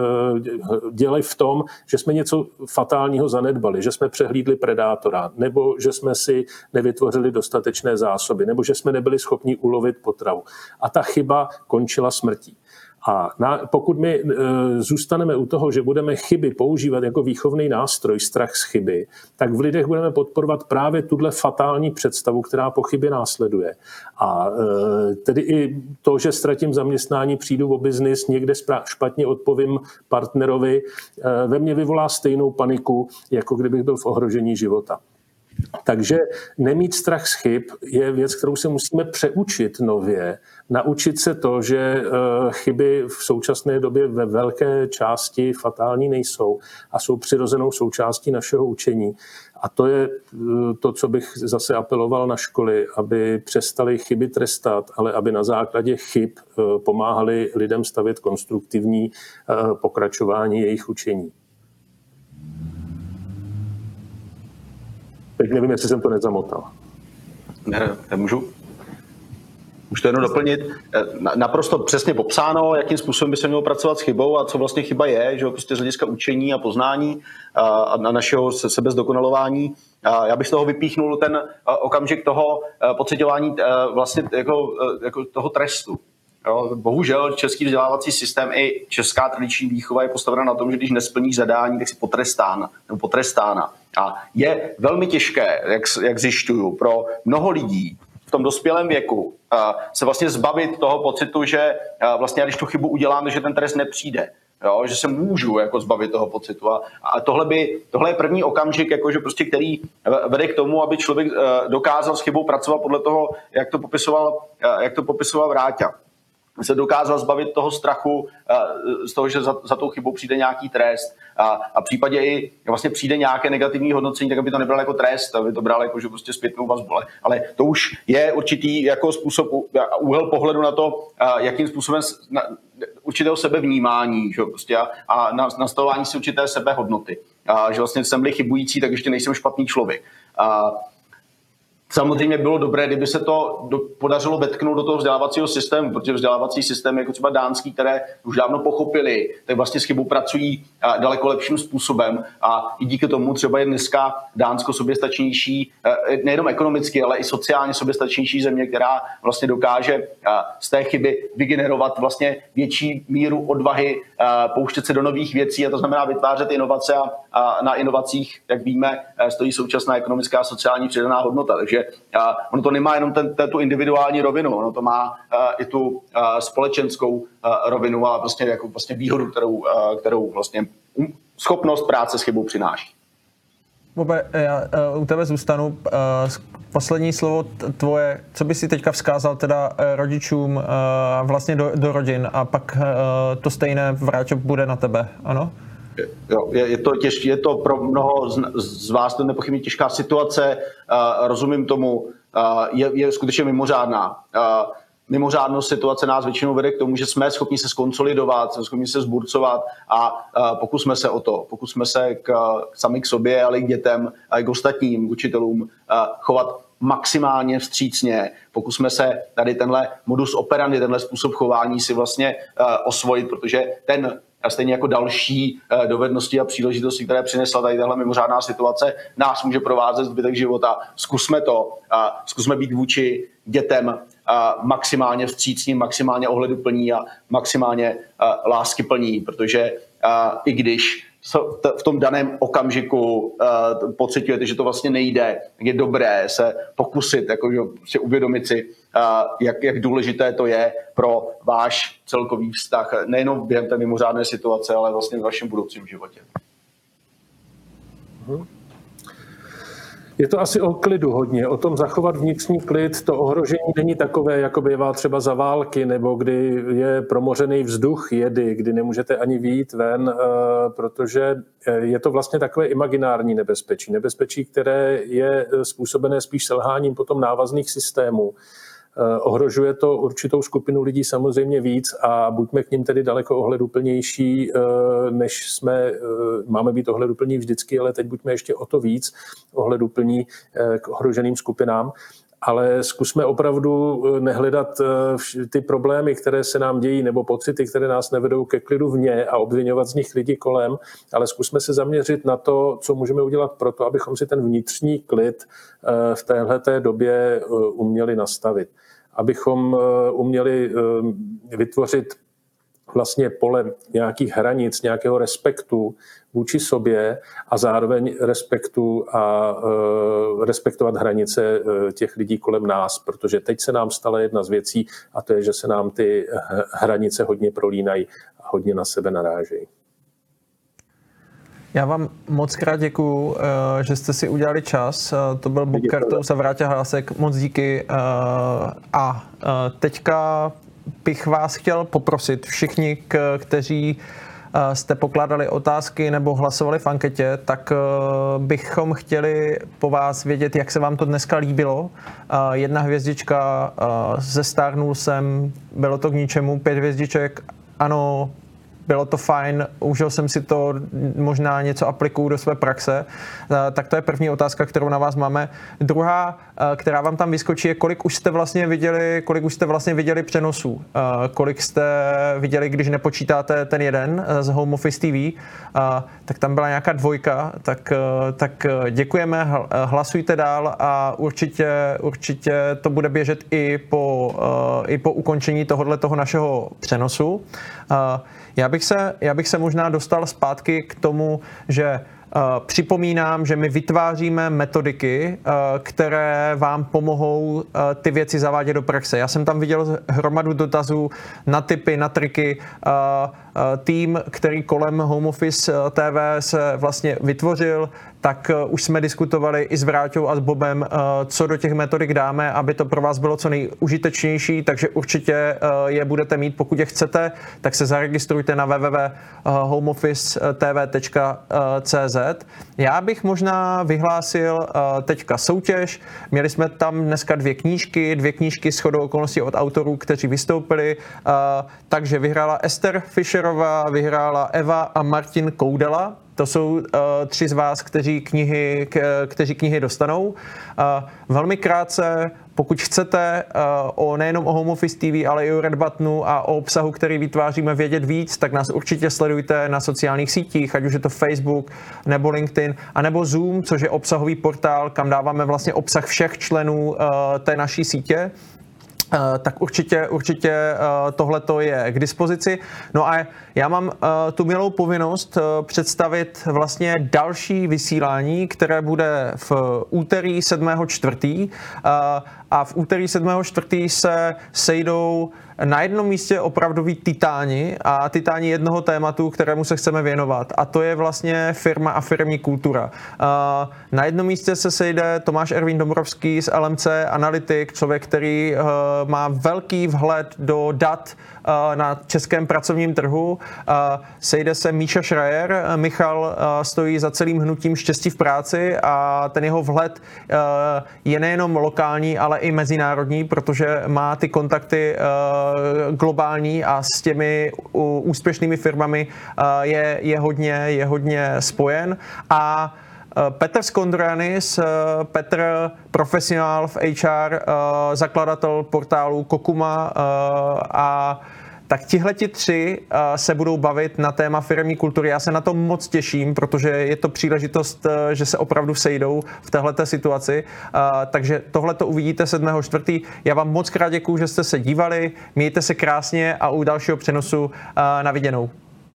dělají v tom, že jsme něco fatálního zanedbali, že jsme přehlídli predátora, nebo že jsme si nevytvořili dostatečné zásoby, nebo že jsme nebyli schopni ulovit potravu. A ta chyba končila smrtí. A pokud my zůstaneme u toho, že budeme chyby používat jako výchovný nástroj, strach z chyby, tak v lidech budeme podporovat právě tuhle fatální představu, která po chybě následuje. A tedy i to, že ztratím zaměstnání, přijdu o biznis, někde špatně odpovím partnerovi, ve mně vyvolá stejnou paniku, jako kdybych byl v ohrožení života. Takže nemít strach z chyb je věc, kterou se musíme přeučit nově. Naučit se to, že chyby v současné době ve velké části fatální nejsou a jsou přirozenou součástí našeho učení. A to je to, co bych zase apeloval na školy, aby přestali chyby trestat, ale aby na základě chyb pomáhali lidem stavět konstruktivní pokračování jejich učení. Teď nevím, jestli jsem to nezamotal. Ne, můžu to jenom doplnit. Naprosto přesně popsáno, jakým způsobem by se mělo pracovat s chybou a co vlastně chyba je, že prostě z hlediska učení a poznání a našeho sebezdokonalování. Já bych z toho vypíchnul ten okamžik toho pociťování vlastně jako toho trestu. Jo, bohužel český vzdělávací systém i česká tradiční výchova je postavena na tom, že když nesplníš zadání, tak si potrestán nebo potrestána. A je velmi těžké, jak zjišťuju, pro mnoho lidí v tom dospělém věku se vlastně zbavit toho pocitu, že vlastně když tu chybu udělám, že ten trest nepřijde. Jo, že se můžu jako zbavit toho pocitu. A tohle je první okamžik, jakože prostě, který vede k tomu, aby člověk dokázal s chybou pracovat podle toho, jak to popisoval Vráťa. Se dokázal zbavit toho strachu z toho, že za tou chybou přijde nějaký trest a v případě i vlastně přijde nějaké negativní hodnocení, tak aby to nebral jako trest, aby to bral jako, že prostě zpětnou vazbu. Ale to už je určitý jako způsob, úhel pohledu na to, jakým způsobem určitého sebevnímání, že prostě, a nastavování si určité sebehodnoty. Že vlastně jsem-li chybující, tak ještě nejsem špatný člověk. Samozřejmě bylo dobré, kdyby se to podařilo vetknout do toho vzdělávacího systému, protože vzdělávací systém jako třeba dánský, které už dávno pochopili, tak vlastně s chybou pracují daleko lepším způsobem a i díky tomu třeba je dneska Dánsko soběstačnější, nejenom ekonomicky, ale i sociálně soběstačnější země, která vlastně dokáže z té chyby vygenerovat vlastně větší míru odvahy, pouštět se do nových věcí a to znamená vytvářet inovace a na inovacích, jak víme, stojí současná ekonomická a sociální přidaná hodnota. Takže ono to nemá jenom tu individuální rovinu, ono to má i tu společenskou rovinu a vlastně jako vlastně výhodu, kterou vlastně schopnost práce s chybou přináší. Bobe, já u tebe zůstanu. poslední slovo tvoje. Co bys si teďka vzkázal teda rodičům vlastně do rodin a pak to stejné, Vráťo, bude na tebe, ano? Jo, je to pro mnoho z vás to nepochybně těžká situace, rozumím tomu, je skutečně mimořádná. Mimořádnost situace nás většinou vede k tomu, že jsme schopni se skonsolidovat, jsme schopni se zburcovat a pokusme se o to. Pokusme se sami k sobě, ale i k dětem, a i k ostatním, k učitelům chovat maximálně vstřícně. Pokusme se tady tenhle modus operandi, tenhle způsob chování si vlastně osvojit, protože ten stejně jako další dovednosti a příležitosti, které přinesla tady tahle mimořádná situace, nás může provázet zbytek života. Zkusme to, zkusme být vůči dětem maximálně vstřícní, maximálně ohleduplní a maximálně láskyplní, protože i když v tom daném okamžiku pociťujete, že to vlastně nejde, tak je dobré se pokusit si uvědomit si, jak důležité to je pro váš celkový vztah, nejenom během té mimořádné situace, ale vlastně v vašem budoucím životě. Je to asi o klidu hodně, o tom zachovat vnitřní klid. To ohrožení není takové, jako bývá třeba za války, nebo kdy je promořený vzduch jedy, kdy nemůžete ani vyjít ven, protože je to vlastně takové imaginární nebezpečí. Nebezpečí, které je způsobené spíš selháním potom návazných systémů. Ohrožuje to určitou skupinu lidí samozřejmě víc a buďme k nim tedy daleko ohleduplnější, než máme být ohleduplní vždycky, ale teď buďme ještě o to víc ohleduplní k ohroženým skupinám. Ale zkusme opravdu nehledat ty problémy, které se nám dějí, nebo pocity, které nás nevedou ke klidu vně a obviňovat z nich lidi kolem, ale zkusme se zaměřit na to, co můžeme udělat pro to, abychom si ten vnitřní klid v téhleté době uměli nastavit. Abychom uměli vytvořit vlastně pole nějakých hranic, nějakého respektu vůči sobě a zároveň respektovat hranice těch lidí kolem nás, protože teď se nám stala jedna z věcí a to je, že se nám ty hranice hodně prolínají a hodně na sebe narážejí. Já vám moc krát děkuju, že jste si udělali čas. To byl Bob Kertous a Vráťa Hlásek. Moc díky. A teďka bych vás chtěl poprosit všichni, kteří jste pokládali otázky nebo hlasovali v anketě, tak bychom chtěli po vás vědět, jak se vám to dneska líbilo. 1 hvězdička, zestárnul jsem, bylo to k ničemu, 5 hvězdiček, ano, bylo to fajn, užil jsem si to, možná něco aplikuju do své praxe. Tak to je první otázka, kterou na vás máme. Druhá, která vám tam vyskočí, je, kolik už jste vlastně viděli přenosů. Kolik jste viděli, když nepočítáte ten jeden z Home Office TV, tak tam byla nějaká 2, tak děkujeme, hlasujte dál a určitě to bude běžet i po ukončení toho našeho přenosu. Já bych se možná dostal zpátky k tomu, že připomínám, že my vytváříme metodiky, které vám pomohou ty věci zavádět do praxe. Já jsem tam viděl hromadu dotazů na tipy, na triky. Tým, který kolem Home Office TV se vlastně vytvořil, tak už jsme diskutovali i s Vráťou a s Bobem, co do těch metodik dáme, aby to pro vás bylo co nejužitečnější, takže určitě je budete mít, pokud je chcete, tak se zaregistrujte na www.homeofficetv.cz. Já bych možná vyhlásil teďka soutěž. Měli jsme tam dneska 2 knížky shodou okolností od autorů, kteří vystoupili, takže vyhrála Ester Fischerová, vyhrála Eva a Martin Koudela. To jsou 3 z vás, kteří knihy dostanou. Velmi krátce, pokud chcete nejenom o Home Office TV, ale i o Red Buttonu a o obsahu, který vytváříme, vědět víc, tak nás určitě sledujte na sociálních sítích, ať už je to Facebook nebo LinkedIn, anebo Zoom, což je obsahový portál, kam dáváme vlastně obsah všech členů té naší sítě. tak určitě tohleto je k dispozici. No a já mám tu milou povinnost představit vlastně další vysílání, které bude v úterý 7.4. A v úterý 7.4. se sejdou na jednom místě opravdoví titáni a titáni jednoho tématu, kterému se chceme věnovat. A to je vlastně firma a firmní kultura. Na jednom místě se sejde Tomáš Ervín Dombrovský z LMC Analytik, člověk, který má velký vhled do dat na českém pracovním trhu. Sejde se Míša Schreier. Michal stojí za celým hnutím Štěstí v práci a ten jeho vhled je nejenom lokální, ale i mezinárodní, protože má ty kontakty globální a s těmi úspěšnými firmami je hodně spojen. A Petr Skondrianis, Petr profesionál v HR, zakladatel portálu Kokuma a tak tihleti tři se budou bavit na téma firemní kultury. Já se na to moc těším, protože je to příležitost, že se opravdu sejdou v téhleté situaci. Takže tohle to uvidíte 7.4. Já vám moc krát děkuju, že jste se dívali. Mějte se krásně a u dalšího přenosu na viděnou.